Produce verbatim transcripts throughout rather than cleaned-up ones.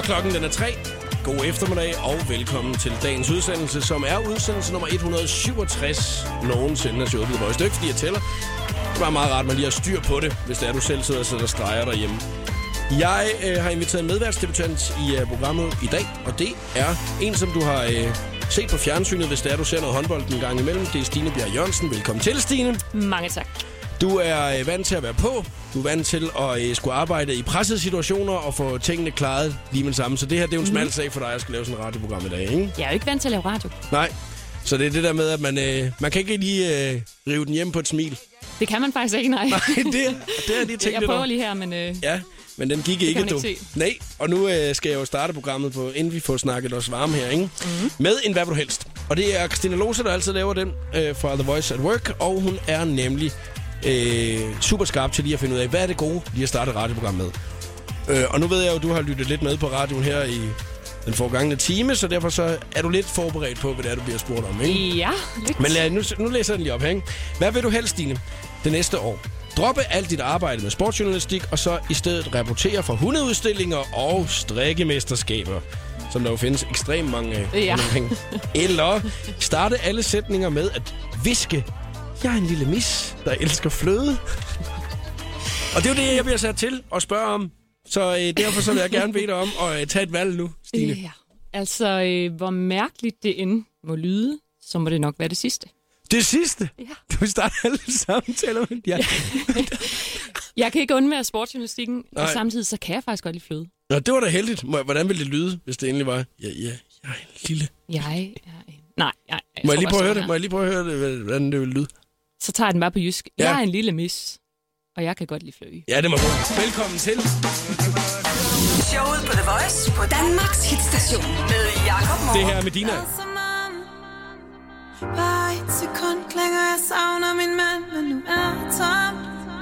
klokken den er tre. God eftermiddag og velkommen til dagens udsendelse, som er udsendelse nummer et hundrede syvogtres nogensinde af showet The Voice. Det er ikke, fordi jeg tæller. Det var meget rart, at man lige har styr på det, hvis det er, du selv sidder og sætter streger derhjemme. Jeg øh, har inviteret en medværtsdebutant i øh, programmet i dag, og det er en, som du har øh, set på fjernsynet, hvis det er, du ser noget håndbold en gang imellem. Det er Stine Bjerg Jørgensen. Velkommen til, Stine. Mange tak. Du er øh, vant til at være på. Du er vant til at øh, skulle arbejde i pressede situationer og få tingene klaret lige med det samme. Så det her, det er jo en smal sag for dig, at skal lave sådan et radioprogram i dag, ikke? Jeg er jo ikke vant til at lave radio. Nej, så det er det der med, at man, øh, man kan ikke lige øh, rive den hjem på et smil. Det kan man faktisk ikke, nej. Nej, det, det er lige tænkt. Jeg prøver lige her, men... Øh, ja, men den gik ikke, du. Ikke Nej, og nu øh, skal jeg jo starte programmet på, inden vi får snakket os varme her, ikke? Mm-hmm. Med en hvad vil du helst. Og det er Christina Lose, der altid laver den øh, fra The Voice at Work, og hun er nemlig øh, super skarp til lige at finde ud af, hvad er det gode, lige at starte et radioprogram med. Øh, og nu ved jeg jo, at du har lyttet lidt med på radioen her i den forgangne time, så derfor så er du lidt forberedt på, hvad det er, du bliver spurgt om, ikke? Ja, lidt. Men lad, nu, nu læser jeg den lige op, ikke? Hvad vil du helst, Stine, det næste år? Droppe alt dit arbejde med sportsjournalistik, og så i stedet rapportere fra hundeudstillinger og strikkemesterskaber, som der jo findes ekstremt mange af. Ja. Eller starte alle sætninger med at viske, jeg er en lille mis, der elsker fløde. Og det er jo det, jeg bliver sat til at spørge om. Så øh, derfor så vil jeg gerne bede dig om at øh, tage et valg nu, Stine. Ja. Altså, øh, hvor mærkeligt det end må lyde, så må det nok være det sidste. Det sidste? Ja. Du vil starte alle samtaler med. Ja. Jeg kan ikke undvære sportsjournalistikken, Nej. og samtidig så kan jeg faktisk godt lide fløde. Nå, det var da heldigt. Hvordan ville det lyde, hvis det endelig var? Ja, ja, jeg er en lille... Jeg er en... Nej, jeg, jeg Må jeg tror lige prøve at høre bare, det? Må jeg lige prøve at høre det, hvordan det vil lyde? Så tager jeg den bare på jysk. Ja. Jeg er en lille mis, og jeg kan godt lide fløde. Ja, det må du. Velkommen til. Showet på The Voice på Danmarks hitstation med Jakob Morup. Det her er Medina. Bare et sekund klinger jeg savner min mand, men nu er jeg tom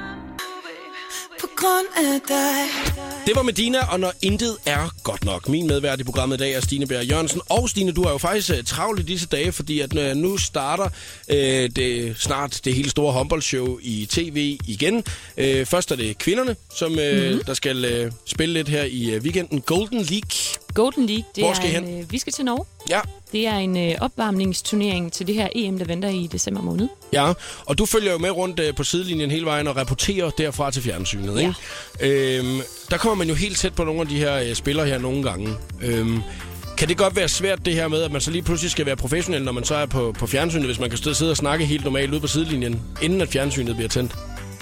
på grund af dig. Det var Medina, og når intet er godt nok. Min medvært i programmet i dag er Stine Bjerg Jørgensen. Og Stine, du er jo faktisk uh, travlt i disse dage, fordi at uh, nu starter uh, det snart det hele store håndboldshow i tv igen. Uh, først er det kvinderne, som uh, mm-hmm. der skal uh, spille lidt her i uh, weekenden. Golden League. Golden League, det Hvor skal I er hen? en, øh, vi skal til Norge. Ja. Det er en øh, opvarmningsturnering til det her E M, der venter i december måned. Ja, og du følger jo med rundt øh, på sidelinjen hele vejen og rapporterer derfra til fjernsynet, ikke? Ja. Øhm, der kommer man jo helt tæt på nogle af de her øh, spillere her nogle gange. Øhm, kan det godt være svært det her med, at man så lige pludselig skal være professionel, når man så er på, på fjernsynet, hvis man kan stå sidde og snakke helt normalt ude på sidelinjen, inden at fjernsynet bliver tændt?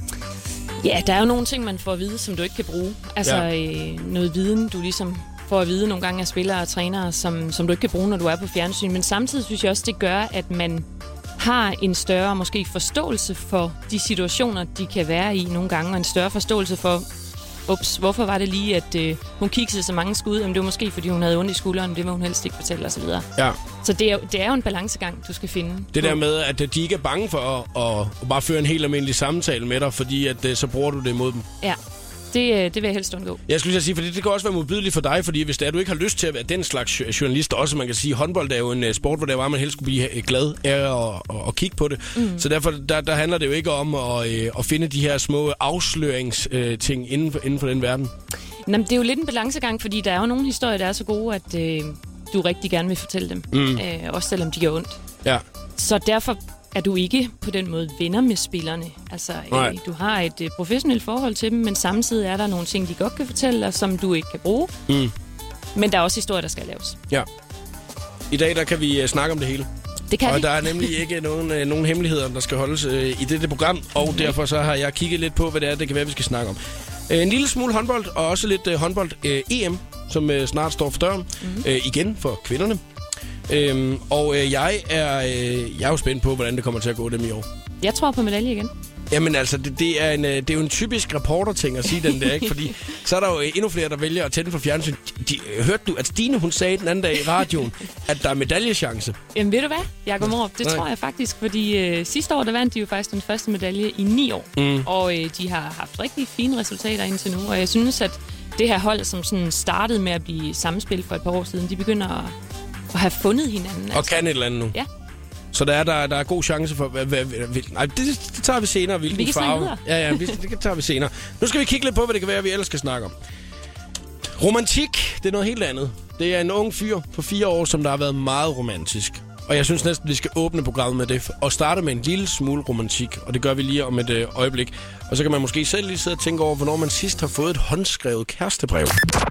Ja, der er jo nogle ting, man får at vide, som du ikke kan bruge. Altså ja. øh, noget viden, du ligesom... for at vide nogle gange af spillere og trænere, som, som du ikke kan bruge, når du er på fjernsyn. Men samtidig synes jeg også, det gør, at man har en større måske forståelse for de situationer, de kan være i nogle gange, og en større forståelse for, ups, hvorfor var det lige, at øh, hun kiggede så mange skud? Jamen, det var måske, fordi hun havde ondt i skulderen, det må hun helst ikke fortælle osv. Ja. Så det er, det er jo en balancegang, du skal finde. Det der med, at de ikke er bange for at, at, at bare føre en helt almindelig samtale med dig, fordi at, så bruger du det imod dem. Ja. Det, det vil jeg helst undgå. Jeg skulle lige sige, fordi det kan også være modbydeligt for dig, fordi hvis det er, du ikke har lyst til at være den slags journalist, også man kan sige, håndbold er jo en sport, hvor det var, man helst skulle blive glad af at, at, at kigge på det. Mm. Så derfor der, der handler det jo ikke om at, at finde de her små afsløringsting inden for, inden for den verden. Jamen, det er jo lidt en balancegang, fordi der er jo nogle historier, der er så gode, at øh, du rigtig gerne vil fortælle dem. Mm. Øh, også selvom de gør ondt. Ja. Så derfor er du ikke på den måde venner med spillerne. Altså, øh, du har et øh, professionelt forhold til dem, men samtidig er der nogle ting, de godt kan fortælle dig, som du ikke kan bruge. Mm. Men der er også historier, der skal laves. Ja. I dag, der kan vi uh, snakke om det hele. Det kan og vi. der er nemlig ikke nogen, uh, nogen hemmeligheder, der skal holdes uh, i dette program, og mm. derfor så har jeg kigget lidt på, hvad det er, det kan være, vi skal snakke om. Uh, en lille smule håndbold, og også lidt uh, håndbold uh, E M, som uh, snart står for døren. Mm. Uh, igen for kvinderne. Øhm, og øh, jeg, er, øh, jeg er jo spændt på, hvordan det kommer til at gå dem i år. Jeg tror på medalje igen. Jamen altså, det, det, er en, det er jo en typisk reporter-ting at sige den der, ikke? Fordi så er der jo endnu flere, der vælger at tænde for fjernsyn. De, hørte du, at Stine, hun sagde den anden dag i radioen, at der er medaljechance? Jamen ved du hvad, Jakob Morup? Det Nej. tror jeg faktisk, fordi øh, sidste år, der vandt de jo faktisk den første medalje i ni år. Mm. Og øh, de har haft rigtig fine resultater indtil nu, og jeg synes, at det her hold, som sådan startede med at blive samspil for et par år siden, de begynder at, at have fundet hinanden. Og altså. Kan et eller andet nu? Ja. Så der er, der, der er god chance for... Hvad, hvad, hvad, nej, det, det tager vi senere. Hvilken vi kan farve. videre. Ja, ja, vi, det tager vi senere. Nu skal vi kigge lidt på, hvad det kan være, vi ellers skal snakke om. Romantik, det er noget helt andet. Det er en ung fyr på fire år, som der har været meget romantisk. Og jeg synes næsten, vi skal åbne programmet med det. Og starte med en lille smule romantik. Og det gør vi lige om et øh, øjeblik. Og så kan man måske selv lige sidde og tænke over, hvornår man sidst har fået et håndskrevet kærestebrev.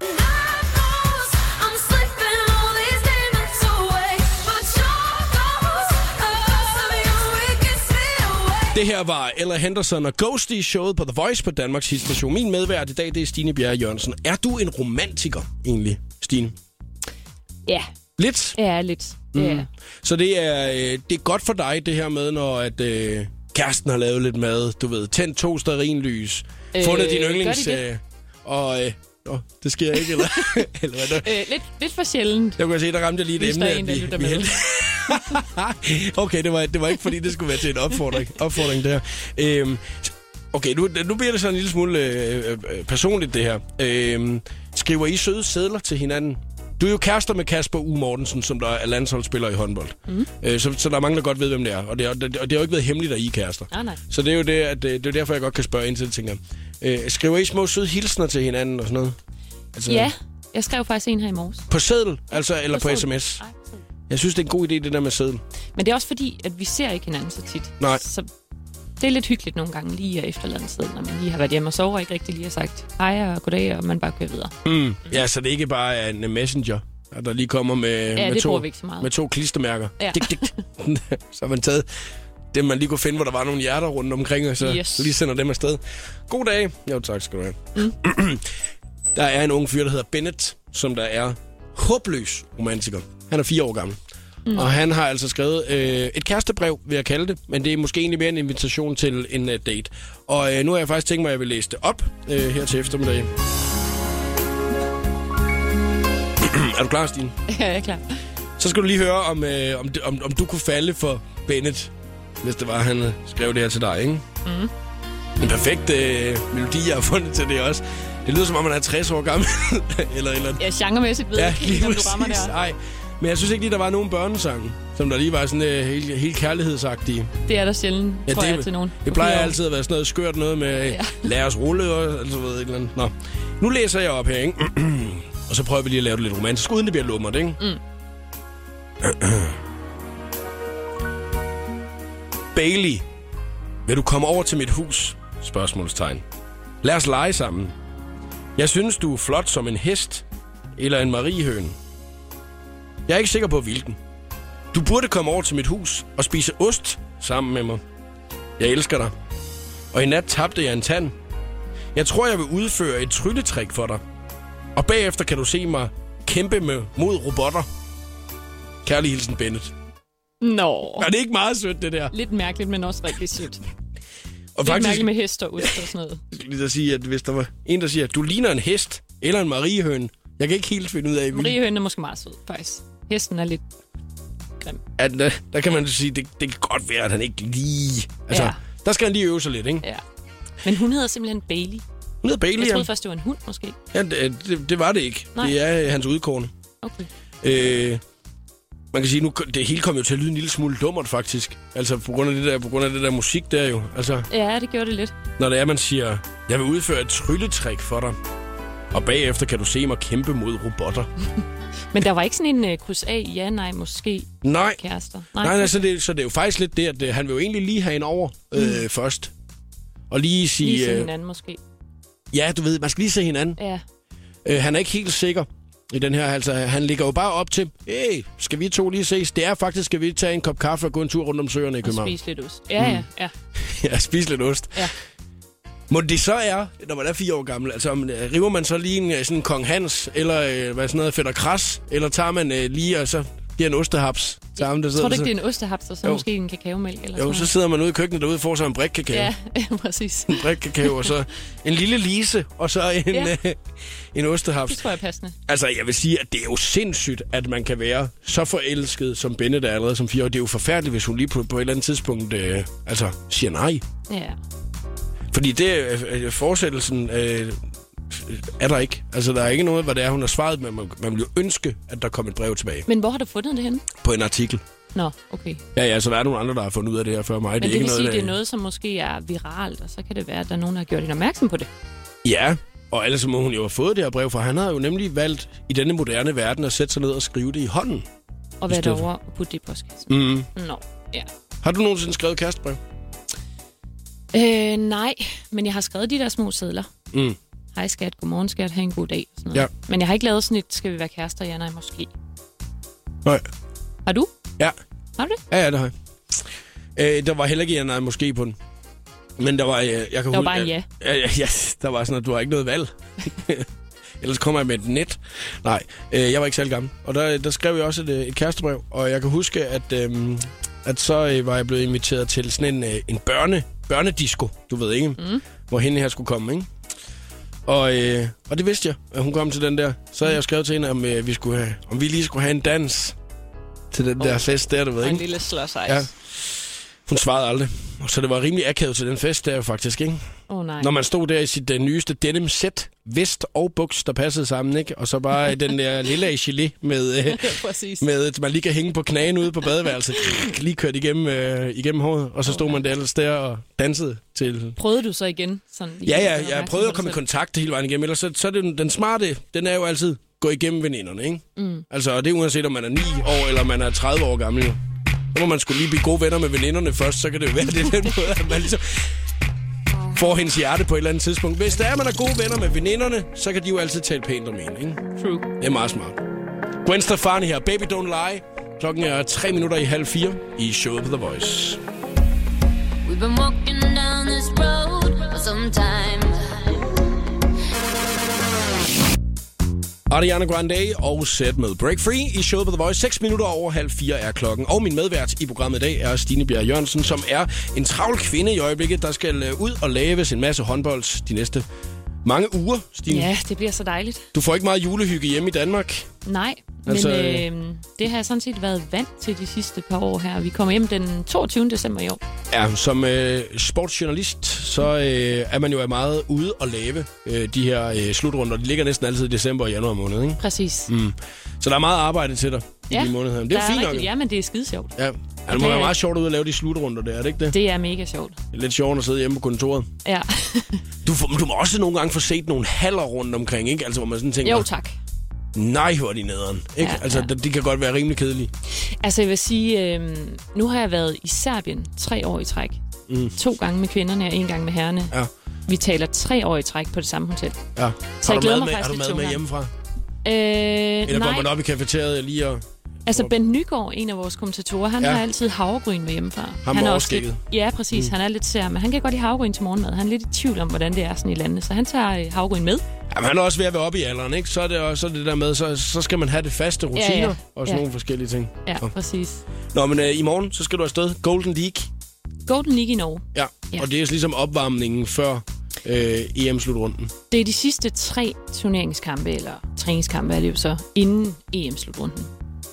Det her var Ella Henderson og Ghosty, showet på The Voice på Danmarks hitstation. Min medvært i dag, det er Stine Bjerre Jørgensen. Er du en romantiker egentlig, Stine? Ja. Lidt? Ja, lidt. Mm. Ja. Så det er, det er godt for dig, det her med, når at, øh, kæresten har lavet lidt mad, du ved, tændt to stearinlys, øh, fundet din yndlings... Øh, og... Øh, Nå, det sker ikke, eller, eller hvad der? Øh, lidt, lidt for sjældent. Jeg kunne se, der ramte jeg lige et emne, at vi, vi hældte. Okay, det var, det var ikke, fordi det skulle være til en opfordring, opfordring der. Øhm, okay, nu, nu bliver det så en lille smule øh, øh, personligt, det her. Øhm, skriver I søde sedler til hinanden? Du er jo kærester med Kasper U. Mortensen, som der er landsholdsspiller i håndbold. Mm. Øh, så, så der er mange, der godt ved, hvem det er. Og det, og det, og det har jo ikke været hemmeligt, at I er kærester. Ah, nej. Så det er jo det, at, det er derfor, jeg godt kan spørge ind til det, tænker jeg. Øh, skriver I små søde hilsner til hinanden og sådan noget? Altså, ja, jeg skrev faktisk en her i morges. På seddel? Altså, eller på, på sms? Nej, på seddel. Jeg synes, det er en god idé, det der med seddel. Men det er også fordi, at vi ser ikke hinanden så tit. Nej. Så det er lidt hyggeligt nogle gange lige at efterlade en seddel, når man lige har været hjemme og sover, ikke rigtig lige har sagt hej og goddag, og man bare kører videre. Mm. Ja, så det er ikke bare en messenger, der lige kommer med, ja, med, to, med to klistermærker. Ja. Dik, dik. Så har man taget dem, man lige kunne finde, hvor der var nogle hjerter rundt omkring, og så yes. lige sender dem afsted. God dag. Jo, tak skal du have. Mm. Der er en ung fyr, der hedder Bennett, som der er håbløs romantiker. Han er fire år gammel. Mm. Og han har altså skrevet øh, et kærestebrev, vil jeg kalde det, men det er måske egentlig mere en invitation til en uh, date. Og øh, nu har jeg faktisk tænkt mig, at jeg vil læse det op øh, her til eftermiddag. Er du klar, Stine? Ja, jeg er klar. Så skal du lige høre, om, øh, om, om, om du kunne falde for Bennett, hvis det var, han skrev det her til dig, ikke? Mm. En perfekt øh, melodi, jeg har fundet til det også. Det lyder som om, man er tres år gammel. eller, eller... Ja, genremæssigt ved jeg ikke, om du rammer der. Nej, men jeg synes ikke lige, der var nogen børnesange, som der lige var sådan øh, helt, helt kærlighedsagtige. Det er der sjældent, ja, tror det, jeg, til nogen. Det plejer altid at være sådan noget skørt noget med, ja. Lad os rulle, og altså, ved, et eller andet. Nå, nu læser jeg op her, ikke? Og så prøver vi lige at lave det lidt romantisk, uden det bliver lummert, ikke? Mm. Bailey, vil du komme over til mit hus? Spørgsmålstegn. Lad os lege sammen. Jeg synes, du er flot som en hest eller en mariehøne. Jeg er ikke sikker på, hvilken. Du burde komme over til mit hus og spise ost sammen med mig. Jeg elsker dig. Og i nat tabte jeg en tand. Jeg tror, jeg vil udføre et trylletrik for dig. Og bagefter kan du se mig kæmpe med, mod robotter. Kærlig hilsen, Bennett. Nå. Er det ikke meget sødt, det der? Lidt mærkeligt, men også rigtig sødt. Og lidt faktisk, mærkeligt med hest og ost og sådan noget. Jeg skal lige sige, at hvis der var en, der siger, at du ligner en hest eller en mariehøne. Jeg kan ikke helt finde ud af... Mariehønen er måske meget sød, faktisk. Hesten er lidt grim. At, der, der kan man sige, det, det kan godt være, at han ikke lige... Altså, ja. Der skal han lige øve sig lidt, ikke? Ja. Men hun hedder simpelthen Bailey. Hun hedder Bailey, Jeg troede ja. først, det var en hund, måske. Ja, det, det, det var det ikke. Nej. Det er hans udkårne. Okay. Øh, man kan sige, nu det hele kom jo til at lyde en lille smule dummert, faktisk. Altså, på grund af det der, på grund af det der musik der jo. Altså, ja, det gjorde det lidt. Når det er, man siger, jeg vil udføre et trylletrik for dig. Og bagefter kan du se mig kæmpe mod robotter. Men der var ikke sådan en uh, kryds af, ja, nej, måske nej. Kærester. Nej, nej, nej så, det, så det er jo faktisk lidt det, at det, han vil jo egentlig lige have en over øh, mm. først. Og lige sige... Lige se øh, hinanden, måske. Ja, du ved, man skal lige se hinanden. Ja. Øh, han er ikke helt sikker i den her. Altså, han ligger jo bare op til, hey, skal vi to lige ses? Det er faktisk, skal vi tage en kop kaffe og gå en tur rundt om søerne i København. Og spise lidt ost. Ja, mm. ja, ja. Ja, spise lidt ost. Ja. Må det så er, når man er fire år gammel, altså river man så lige en sådan Kong Hans, eller øh, hvad sådan noget, Fætter Kras, eller tager man øh, lige og så giver en ostehaps til ham, der sidder. Tror du ikke, det er en ostehaps, og så jo. Måske en kakaomælk? Eller jo, sådan så sidder man ude i køkkenet derude og får sig en brik kakao. Ja, præcis. En brik kakao, og så en lille lise, og så en, ja. øh, en ostehaps. Det tror jeg er passende. Altså, jeg vil sige, at det er jo sindssygt, at man kan være så forelsket som Bennett er allerede som fire år. Det er jo forfærdeligt, hvis hun lige på, på et eller andet tidspunkt øh, altså, siger nej. Ja. Fordi det øh, fortsættelsen øh, er der ikke. Altså, der er ikke noget, hvad det er, hun har svaret, men man, man vil jo ønske, at der kom et brev tilbage. Men hvor har du fundet det henne? På en artikel. Nå, okay. Ja, ja, så der er nogle andre, der har fundet ud af det her før mig. Men det, det det ikke vil noget, sige, der... det er noget, som måske er viralt, og så kan det være, at der er nogen, der har gjort en opmærksom på det. Ja, Og ellers må hun jo have fået det her brev, for han har jo nemlig valgt i denne moderne verden at sætte sig ned og skrive det i hånden. Og være derovre og putte det i postkassen. Mm. Nå, ja. Har du nogensinde skrevet kærestebrev? Øh, nej, men jeg har skrevet de der små sedler. Mm. Hej skat, godmorgen skat, have en god dag. Sådan noget. Ja. Men jeg har ikke lavet sådan et, skal vi være kærester? Ja, nej, måske. Nej. Har du? Ja. Har du det? Ja, ja, det har jeg. Øh, der var heller ikke ja, nej, måske på den. Men der var... Jeg, jeg kan der var bare en ja. Ja, ja, ja. Der var sådan, at du har ikke noget valg. Ellers kommer jeg med et net. Nej, øh, jeg var ikke særlig gammel. Og der, der skrev jeg også et, et kærestebrev. Og jeg kan huske, at, øh, at så øh, var jeg blevet inviteret til sådan en, øh, en børne, børnedisco, du ved ikke, mm. hvor hende her skulle komme, ikke? Og, øh, og det vidste jeg, at hun kom til den der. Så havde jeg skrevet til hende, om, øh, vi, skulle have, om vi lige skulle have en dans til den oh. der fest der, du ved, ikke? En lille slåsejs. Ja. Hun svarede aldrig. Så det var rimelig akavet til den fest der faktisk, ikke? Åh oh, nej. Når man stod der i sit uh, nyeste denim sæt, vest og buks, der passede sammen, ikke? Og så bare den der lille gelé med, uh, med, at man lige kan hænge på knagen ude på badeværelset. Lige kørt igennem, uh, igennem håret, og så stod man der ellers der og dansede til... Prøvede du så igen? Sådan, ja, ja, jeg prøvede at komme i kontakt hele vejen igennem. Ellers så, så er det den smarte, den er jo altid gå igennem veninderne, ikke? Mm. Altså, og det er uanset om man er ni år, eller man er tredive år gammel, jo. Så må man skulle lige blive gode venner med veninderne først, så kan det jo være, det er den måde, at man ligesom får hendes hjerte på et eller andet tidspunkt. Hvis der er, man er gode venner med veninderne, så kan de jo altid tale pænt om en, ikke? True. Det er meget smart. Gwen Stefani her, Baby Don't Lie. Klokken er tre minutter i halv fire i showet på The Voice. We've been walking down this road for some time. Ariana Grande og Set med Break Free i showet på The Voice. seks minutter over halv fire er klokken. Og min medvært i programmet i dag er Stine Bjerg Jørgensen, som er en travl kvinde i øjeblikket, der skal ud og lave en masse håndbold de næste mange uger, Stine. Ja, det bliver så dejligt. Du får ikke meget julehygge hjemme i Danmark. Nej, altså, men øh, det har jeg sådan set været vant til de sidste par år her. Vi kommer hjem den toogtyvende december i år. Ja, som øh, sportsjournalist, så øh, er man jo meget ude og lave øh, de her øh, slutrunder. De ligger næsten altid i december og januar måned, ikke? Præcis. Mm. Så der er meget arbejde til dig ja, i de måneder her. Det er, er fint rigtig, nok. Ja, men det er skide sjovt. Ja. Ja, det må være meget sjovt ud at lave de slutrunder der, er det ikke det? Det er mega sjovt. Det er lidt sjovt at sidde hjemme på kontoret. Ja. du, får, du må også nogle gange få set nogle haller rundt omkring, ikke? Altså, hvor man sådan tænker... Jo, tak. Nej, hvor er de nederen. Ikke? Ja, altså, ja. de kan godt være rimelig kedelige. Altså, jeg vil sige, øh, nu har jeg været i Serbien tre år i træk. Mm. To gange med kvinderne og en gang med herrerne. Ja. Vi taler tre år i træk på det samme hotel. Ja. Så jeg glæder mig med, faktisk Har du mad med hjemmefra? Øh, Eller nej. går man op i cafeteriet lige og... Altså, Bent Nygaard, en af vores kommentatorer, han ja. har altid havregryn med hjemmefra. Ham han er også lidt, Ja, præcis. Mm. Han er lidt sær, men han kan godt lide havregryn til morgenmad. Han er lidt i tvivl om, hvordan det er sådan i landet, så han tager havregryn med. Jamen, han er også ved at være oppe i alderen, ikke? Så er det også det der med, så, så skal man have det faste rutiner ja, ja. og sådan ja. nogle forskellige ting. Ja, Nå. præcis. Nå, men øh, i morgen, så skal du afsted. Golden League. Golden League i Norge. Ja, ja. Og det er ligesom opvarmningen før øh, E M-slutrunden. Det er de sidste tre turneringskampe, eller træningskampe er det jo så, inden E M-slutrunden.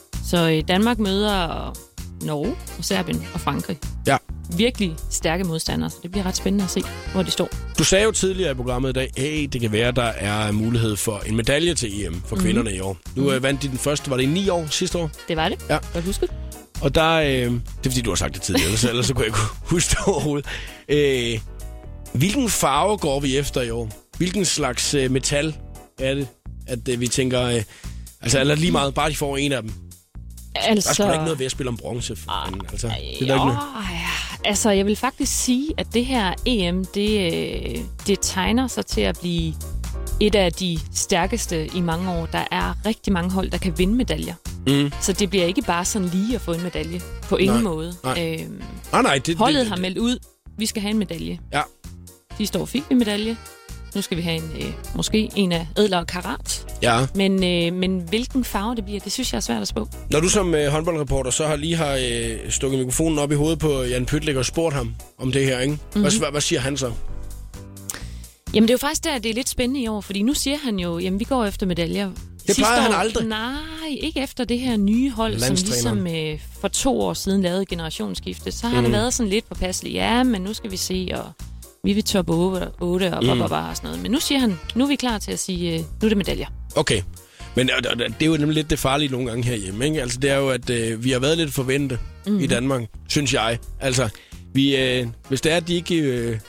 Så øh, Danmark møder Norge og Serbien og Frankrig. Ja. Virkelig stærke modstandere, så det bliver ret spændende at se, hvor de står. Du sagde jo tidligere i programmet i dag, hey, det kan være, der er mulighed for en medalje til E M for mm-hmm. kvinderne i år. Nu øh, vandt de den første, var det i ni år sidste år? Det var det, ja. Godt husket. Og der, øh, det er fordi, du har sagt det tidligere, ellers, ellers så kunne jeg ikke huske det overhovedet. Øh, hvilken farve går vi efter i år? Hvilken slags øh, metal er det, at øh, vi tænker, øh, altså eller lige meget, bare de får en af dem? Altså... Der er sgu da ikke noget ved at spille om bronze. For ah, altså, det er jo, ja. Altså, jeg vil faktisk sige, at det her E M, det, det tegner sig til at blive et af de stærkeste i mange år. Der er rigtig mange hold, der kan vinde medaljer. Mm. Så det bliver ikke bare sådan lige at få en medalje. På ingen nej, måde. Nej. Øhm, ah, nej, det, holdet det, det, har meldt ud, vi skal have en medalje. Ja. Sidste år fik vi medalje. Nu skal vi have en, øh, måske en af ædlere karat. Ja. Men, øh, men hvilken farve det bliver, det synes jeg er svært at spå. Når du som øh, håndboldreporter så har lige har øh, stukket mikrofonen op i hovedet på Jan Pytlik og spurgt ham om det her, ikke? Mm-hmm. Hvad, hvad siger han så? Jamen det er jo faktisk der, det er lidt spændende i år, fordi nu siger han jo, jamen vi går efter medaljer. Det Sidste plejer år, han aldrig. Nej, ikke efter det her nye hold, som ligesom øh, for to år siden lavede generationsskifte. Så har mm. han været sådan lidt påpasselig. Ja, men nu skal vi se, og vi vil top otte og bla, bla, bla, og sådan noget. Men nu siger han, nu er vi klar til at sige, øh, nu er det medaljer. Okay. Men det er jo nemlig lidt det farlige nogle gange herhjemme, ikke? Altså det er jo, at øh, vi har været lidt forventet mm. i Danmark, synes jeg. Altså, vi, øh, hvis det er, at de ikke... Øh,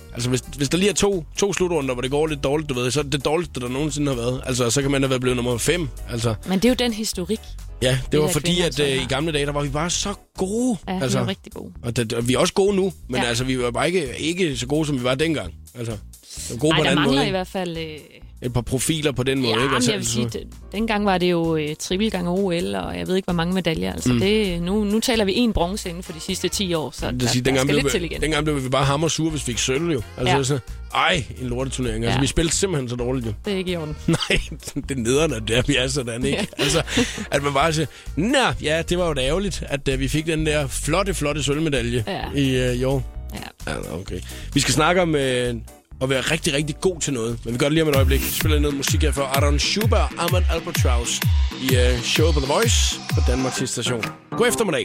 Altså, hvis, hvis der lige er to, to slutrunder, hvor det går lidt dårligt, du ved, så er det det dårligste, der nogensinde har været. Altså, så kan man have været blevet nummer fem. Altså. Men det er jo den historik. Ja, det, det var fordi, at øh, i gamle dage, der var vi bare så gode. Ja, altså, vi var rigtig gode. Og, det, og vi er også gode nu, men ja. altså, vi var bare ikke, ikke så gode, som vi var dengang. Altså, vi var gode Ej, på en der anden mangler måde. i hvert fald... Øh... Et par profiler på den måde, ja, ikke? Altså, jeg vil sige, det, dengang var det jo øh, triple gange O L, og jeg ved ikke, hvor mange medaljer. Altså, mm. det, nu, nu taler vi en bronze inden for de sidste ti år, så det der, sige, der skal lidt blev, til igen. Dengang blev vi bare hammersure, hvis vi fik sølv, jo. Altså, ja. så, ej, en lorteturnering. Altså, ja. Vi spillede simpelthen så dårligt, jo. Det er ikke i orden. Nej, det er nederne, at det er, vi er sådan, ikke? Ja. Altså, at man bare siger, nå, ja, det var jo da ærgerligt, at uh, vi fik den der flotte, flotte sølvmedalje ja. i, uh, i år. Ja. Ja, okay. Vi skal snakke om... Uh, og være rigtig, rigtig god til noget. Men vi gør det lige om et øjeblik. Vi spiller noget musik her for Aaron Schuber og Ahmad Albatross i uh, showet på The Voice på Danmarks station. God eftermiddag.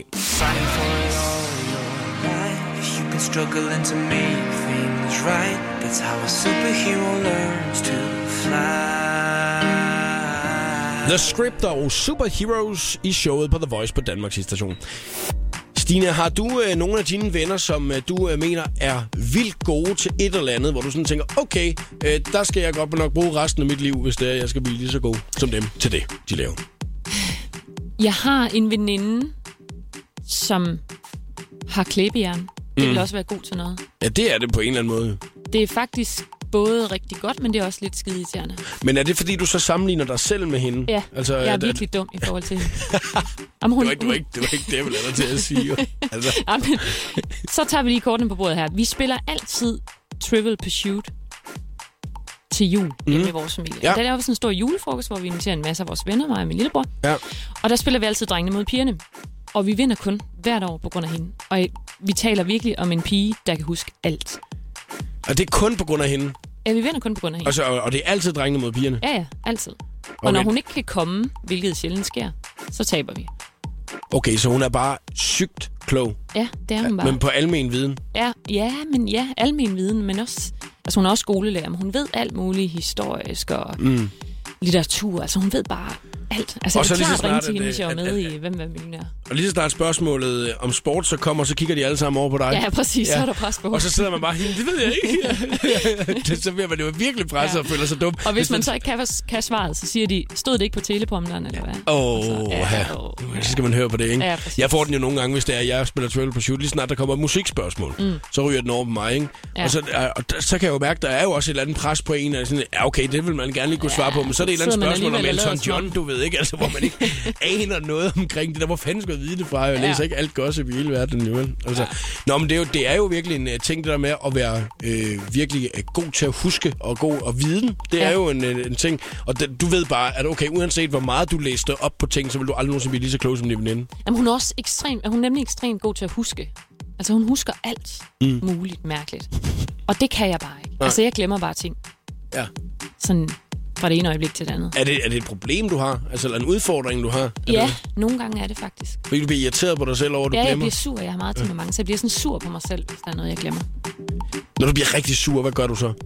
The Script og Superheroes i showet på The Voice på Danmarks station. Stine, har du øh, nogle af dine venner, som øh, du øh, mener er vildt gode til et eller andet, hvor du sådan tænker, okay, øh, der skal jeg godt nok bruge resten af mit liv, hvis det er, jeg skal blive lige så god som dem til det, de laver? Jeg har en veninde, som har klæbejern. Det mm. vil også være god til noget. Ja, det er det på en eller anden måde. Det er faktisk både rigtig godt, men det er også lidt skideirriterende. Men er det, fordi du så sammenligner dig selv med hende? Ja, altså, jeg er at, virkelig at... dum i forhold til hende. Jamen, hun, det, var ikke, det, var ikke, det var ikke det, jeg ville have dig til at sige. Jo. Altså. Jamen, så tager vi lige kortene på bordet her. Vi spiller altid Trivial Pursuit til jul hjemme mm. i vores familie. Ja. Der laver vi sådan en stor julefrokost, hvor vi inviterer en masse af vores venner, mig og min lillebror. Ja. Og der spiller vi altid drengene mod pigerne. Og vi vinder kun hvert år på grund af hende. Og vi taler virkelig om en pige, der kan huske alt. Og det er kun på grund af hende? Ja, vi vinder kun på grund af hende. Altså, og det er altid drengene mod pigerne? Ja, ja, altid. Og okay. når hun ikke kan komme, hvilket sjældent sker, så taber vi. Okay, så hun er bare sygt klog? Ja, det er hun bare. Men på almen viden? Ja, ja, men ja, almen viden, men også... Altså, hun er også skolelærer, men hun ved alt muligt historisk og mm. litteratur. Altså, hun ved bare alt. Altså, og det er klart ringe til hende, hvis jeg var med i Hvem er millionær. Og lige så snart spørgsmålet om sport, så kommer, så kigger de alle sammen over på dig. Ja, præcis. Ja. Så er der pres på. Og så sidder man bare helt, det ved jeg ikke. Så bliver man jo virkelig presset ja. og føler sig dum. Og hvis man så ikke kan, kan svaret, så siger de, stod det ikke på teleprompteren, eller hvad? Åh, oh, ja. ja. Så skal man høre på det, ikke? Ja, jeg får den jo nogle gange, hvis det er, jeg spiller Trivial Pursuit. Lige snart der kommer musikspørgsmål, mm. så ryger den over på mig, ikke? Ja. Og, så, og så kan jeg jo mærke, der er jo også et eller andet pres på en, og sådan, ja, okay, det vil man gerne lige kunne svare på, men så er det et eller andet spørgsmål om Elton John, du ved ikke, altså, hvor man ikke aner noget omkring det. Der hvor fanden skal jeg vide det fra? Jeg læser ja. ikke alt gossip i hele verden, jo. Altså, ja. Nå, men det er, jo, det er jo virkelig en ting, det der med at være øh, virkelig god til at huske og god og viden. Det ja. er jo en, en ting. Og det, du ved bare, at okay, uanset hvor meget du læste op på ting, så vil du aldrig nogensinde blive lige så klog som din veninde. Jamen, hun er også ekstrem, hun er nemlig ekstremt god til at huske. Altså, hun husker alt mm. muligt mærkeligt. Og det kan jeg bare ikke. Nej. Altså, jeg glemmer bare ting. Ja. Sådan fra det ene øjeblik til det andet. Er det, er det et problem, du har? Altså, eller en udfordring, du har? Er ja, det? nogle gange er det faktisk. Fordi du bliver irriteret på dig selv over, at du ja, glemmer? Ja, jeg bliver sur. Jeg har meget temperament, så jeg bliver sådan sur på mig selv, hvis der er noget, jeg glemmer. Når du bliver rigtig sur, hvad gør du så?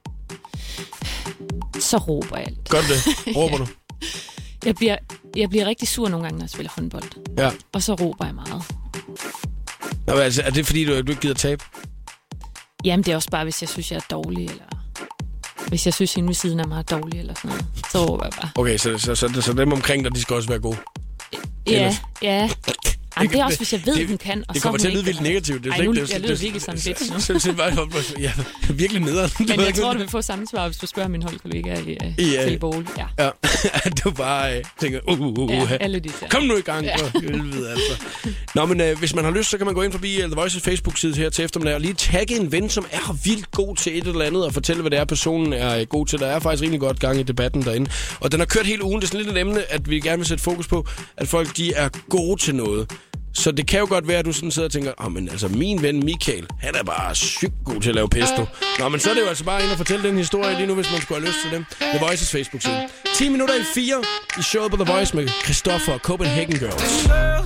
Så råber jeg alt. Gør du det? Råber ja. du? Jeg bliver, jeg bliver rigtig sur nogle gange, når jeg spiller håndbold. Ja. Og så råber jeg meget. Nå, altså, er det fordi, du, du ikke gider tabe? Jamen, det er også bare, hvis jeg synes, jeg er dårlig, eller hvis jeg synes, hende ved siden af mig er dårlig, eller sådan noget. Så råber jeg bare. Okay, så, så, så, så dem omkring dig, de skal også være gode? Ja, Ellers. ja. Jamen, det er også, hvis jeg ved, det, hun kan. Og det kommer så til at lyde vildt negativt. Ej, nu, jeg lyder virkelig som en bitch nu. Så det bare ja, virkelig nederen. Men jeg tror, du vil få samme svar, hvis du spørger min holdkollega i uh, Tilbol. Ja. ja. Du bare uh, tænker, uh, uh, uh, ja, alle de kom nu i gang. Ja. For helvede, altså. Nå, men uh, hvis man har lyst, så kan man gå ind forbi The Voice's Facebook-side her til eftermiddag og lige tagge en ven, som er vildt god til et eller andet, og fortælle, hvad det er, personen er god til. Der er faktisk rimelig godt gang i debatten derinde. Og den har kørt hele ugen. Det er sådan lidt et emne, at vi gerne vil sætte fokus på, at folk de er gode til noget. Så det kan jo godt være, at du sådan sidder og tænker, åh, oh, men altså, min ven Michael, han er bare sygt god til at lave pesto. Nå, men så er det jo altså bare ind og fortælle den historie lige nu, hvis man skulle have lyst til dem. The Voice's Facebook-side. ti minutter i fire i showet på The Voice med Christoffer og Copenhagen Girls.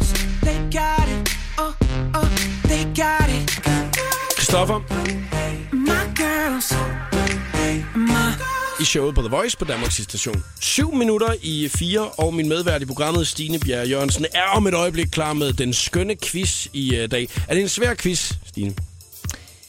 Christoffer. I showet på The Voice på Danmarks station. Syv minutter i fire, og min medvært i programmet, Stine Bjerre Jørgensen, er om et øjeblik klar med den skønne quiz i uh, dag. Er det en svær quiz, Stine?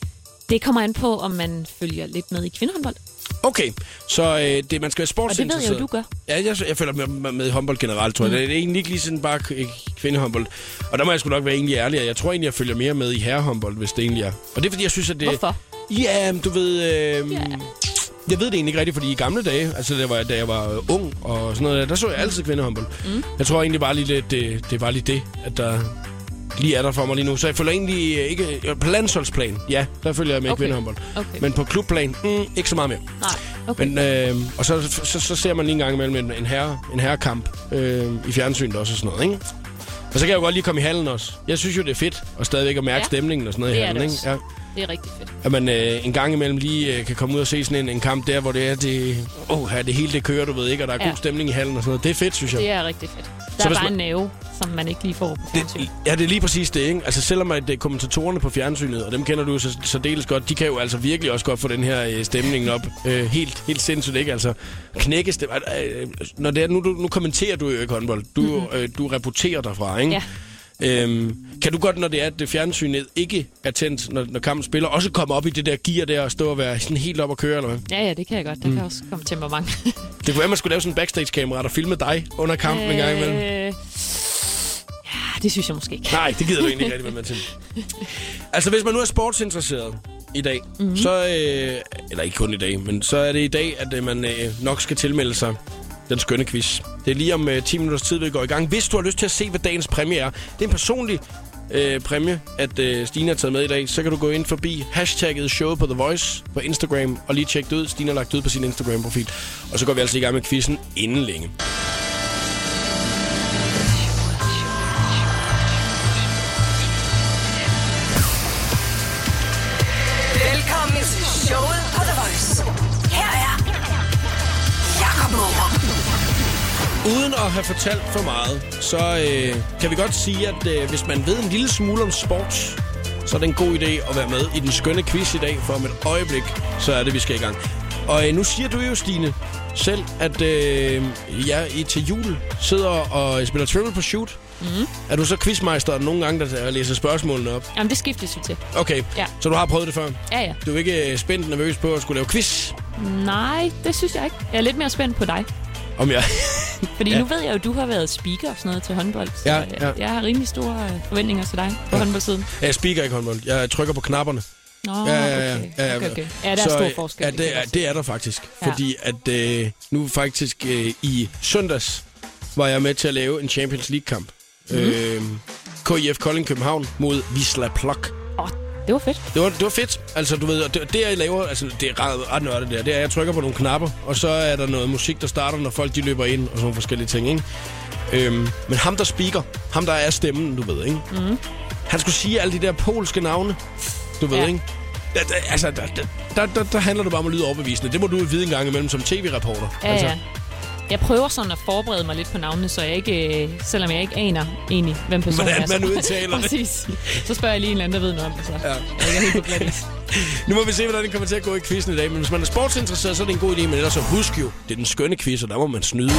Det kommer an på, om man følger lidt med i kvindehåndbold. Okay, så øh, det, man skal være sportsinteresseret. Og det ved jeg jo, du gør. Ja, jeg, jeg følger med, med, med håndbold generelt, tror jeg. Mm. Det er egentlig ikke lige sådan bare kvindehåndbold. Og der må jeg sgu nok være egentlig ærlig. Jeg tror egentlig, jeg følger mere med i herrehåndbold, hvis det egentlig er. Og det er, fordi jeg synes, at det... Hvorfor? Ja, du ved... Øh, yeah. Jeg ved det egentlig ikke rigtigt, fordi i gamle dage, altså da jeg var, da jeg var ung og sådan noget, der så jeg altid kvindehåndbold. Mm. Jeg tror egentlig bare lige, det, det, det er bare lige det, at der lige er der for mig lige nu. Så jeg følger egentlig ikke... På landsholdsplan, ja, der følger jeg med okay. i kvindehåndbold. Okay. Men på klubplan, mm, ikke så meget mere. Nej, okay. Men, øh, og så, så, så ser man lige en gang imellem en, en, herre, en herrekamp øh, i fjernsynet også og sådan noget, ikke? Og så kan jeg jo godt lige komme i hallen også. Jeg synes jo, det er fedt at stadigvæk at mærke ja. stemningen og sådan noget det i hallen, ikke? Ja. Det er rigtig fedt. At man øh, en gang imellem lige øh, kan komme ud og se sådan en, en kamp der, hvor det er det... Åh, oh, det hele det kører, du ved ikke, og der er ja. god stemning i hallen og sådan noget. Det er fedt, synes jeg. Det er rigtig fedt. Der så er bare man, en nerve, som man ikke lige får på fjernsyn. Det, ja, det er lige præcis det, ikke? Altså selvom at det er kommentatorerne på fjernsynet, og dem kender du så, så deles godt, de kan jo altså virkelig også godt få den her øh, stemning op. Øh, helt, helt sindssygt, ikke? Altså knække stemning. Øh, når det er, nu, nu kommenterer du jo ikke håndbold. Du, mm-hmm. øh, du rapporterer derfra, ikke? Ja. Øhm, kan du godt, når det er, at det fjernsynet ikke er tændt, når, når kampen spiller, også komme op i det der gear der og stå og være sådan helt op og køre, eller hvad? Ja, ja, det kan jeg godt. Der mm. kan også komme temperament. Det kunne være, at man skulle lave sådan en backstage-kamera, der filmede dig under kampen øh, en gang imellem. Ja, det synes jeg måske ikke. Nej, det gider du egentlig ikke rigtig være med til. Altså, hvis man nu er sportsinteresseret i dag, mm-hmm. så... Øh, eller ikke kun i dag, men så er det i dag, at øh, man øh, nok skal tilmelde sig den skønne quiz. Det er lige om uh, ti minutters tid, vi går i gang. Hvis du har lyst til at se, hvad dagens præmie er. Det er en personlig uh, præmie, at uh, Stine har taget med i dag. Så kan du gå ind forbi hashtagget showet på The Voice på Instagram og lige tjekke det ud. Stine har lagt det ud på sin Instagram-profil. Og så går vi altså i gang med quizzen inden længe. Velkommen til showet på The Voice. Her er Jakob Morup. Uden at have fortalt for meget, så øh, kan vi godt sige, at øh, hvis man ved en lille smule om sport, så er det en god idé at være med i den skønne quiz i dag. For om et øjeblik, så er det, vi skal i gang. Og øh, nu siger du jo, Stine, selv, at øh, jeg i til jul sidder og spiller Trivial Pursuit. Mm. Er du så quizmeister nogle gange, der læser spørgsmålene op? Jamen, det skiftes jo til. Okay, ja. Så du har prøvet det før? Ja, ja. Du er ikke spændt nervøs på at skulle lave quiz? Nej, det synes jeg ikke. Jeg er lidt mere spændt på dig. Om jeg... Fordi ja. nu ved jeg jo, at du har været speaker og sådan noget til håndbold. Så ja, jeg, ja. jeg har rimelig store forventninger til dig på ja. håndboldsiden. Jeg speaker ikke håndbold. Jeg trykker på knapperne. Nå, ja, ja, ja, okay. Ja, ja. okay, okay. Ja, der er så, stor forskel. Ja, det er, det er der faktisk. Ja. Fordi at øh, nu faktisk øh, i søndags var jeg med til at lave en Champions League-kamp. Mm. Øh, K I F Kolding København mod Wisla Plock. Åh, oh, det var fedt. Det var, det var fedt. Altså, du ved, det, det jeg laver, altså, det er ret, ret nørdet der. Det er, at jeg trykker på nogle knapper, og så er der noget musik, der starter, når folk de løber ind, og sådan nogle forskellige ting, ikke? Øhm, men ham, der speaker, ham, der er stemmen, du ved, ikke? Mm. Han skulle sige alle de der polske navne, du ved, ja. ikke? Da, da, altså, der, der, der, der handler det bare om at lyde overbevisende. Det må du vide en gang imellem som tv-reporter. Ja, altså. ja. Jeg prøver sådan at forberede mig lidt på navnene, så jeg ikke, selvom jeg ikke aner egentlig, hvem personen er. Hvordan man udtaler det. Præcis. Så spørger jeg lige en eller anden, der ved noget om det, så ja. jeg er ikke helt på glatis. Nu må vi se, hvordan det kommer til at gå i quizzen i dag. Men hvis man er sportsinteresseret, så er det en god idé. Men ellers så husk jo, det er den skønne quiz, og der må man snyde.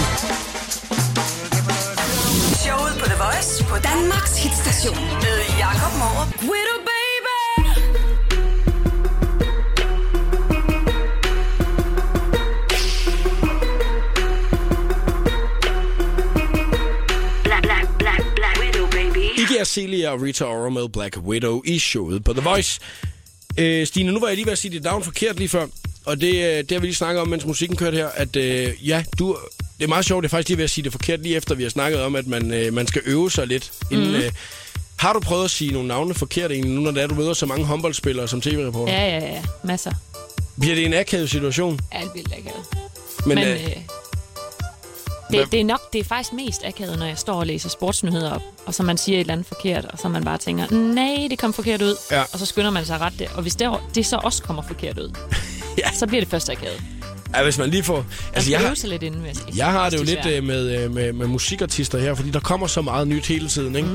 Showet på The Voice på Danmarks hitstation med Jakob Morup. Widow baby. Iggy Azalea og Rita Ora med Black Widow i showet på The Voice. Øh, Stine, nu var jeg lige ved at sige dit navn forkert lige før. Og det, det har vi lige snakket om, mens musikken kørte her. At øh, ja, du... Det er meget sjovt, det er faktisk lige ved at sige det forkert, lige efter vi har snakket om, at man, øh, man skal øve sig lidt. Inden, mm-hmm. øh, har du prøvet at sige nogle navne forkert egentlig, nu når det er, du møder så mange håndboldspillere som tv-reporter? Ja, ja, ja. Masser. Bliver det en akavet situation? Ja, det vildt akavet. Men... Men øh, øh, det, det er nok, det er faktisk mest akavet, når jeg står og læser sportsnyheder op, og så man siger et eller andet forkert, og så man bare tænker, nej, det kom forkert ud. Ja. Og så skynder man sig at rette det. Og hvis det, det så også kommer forkert ud, ja. så bliver det først akavet. Ja, hvis man lige får... Altså, jeg, har, lidt inden, jeg, jeg har det jo lidt med, med, med musikartister her, fordi der kommer så meget nyt hele tiden, ikke? Mm.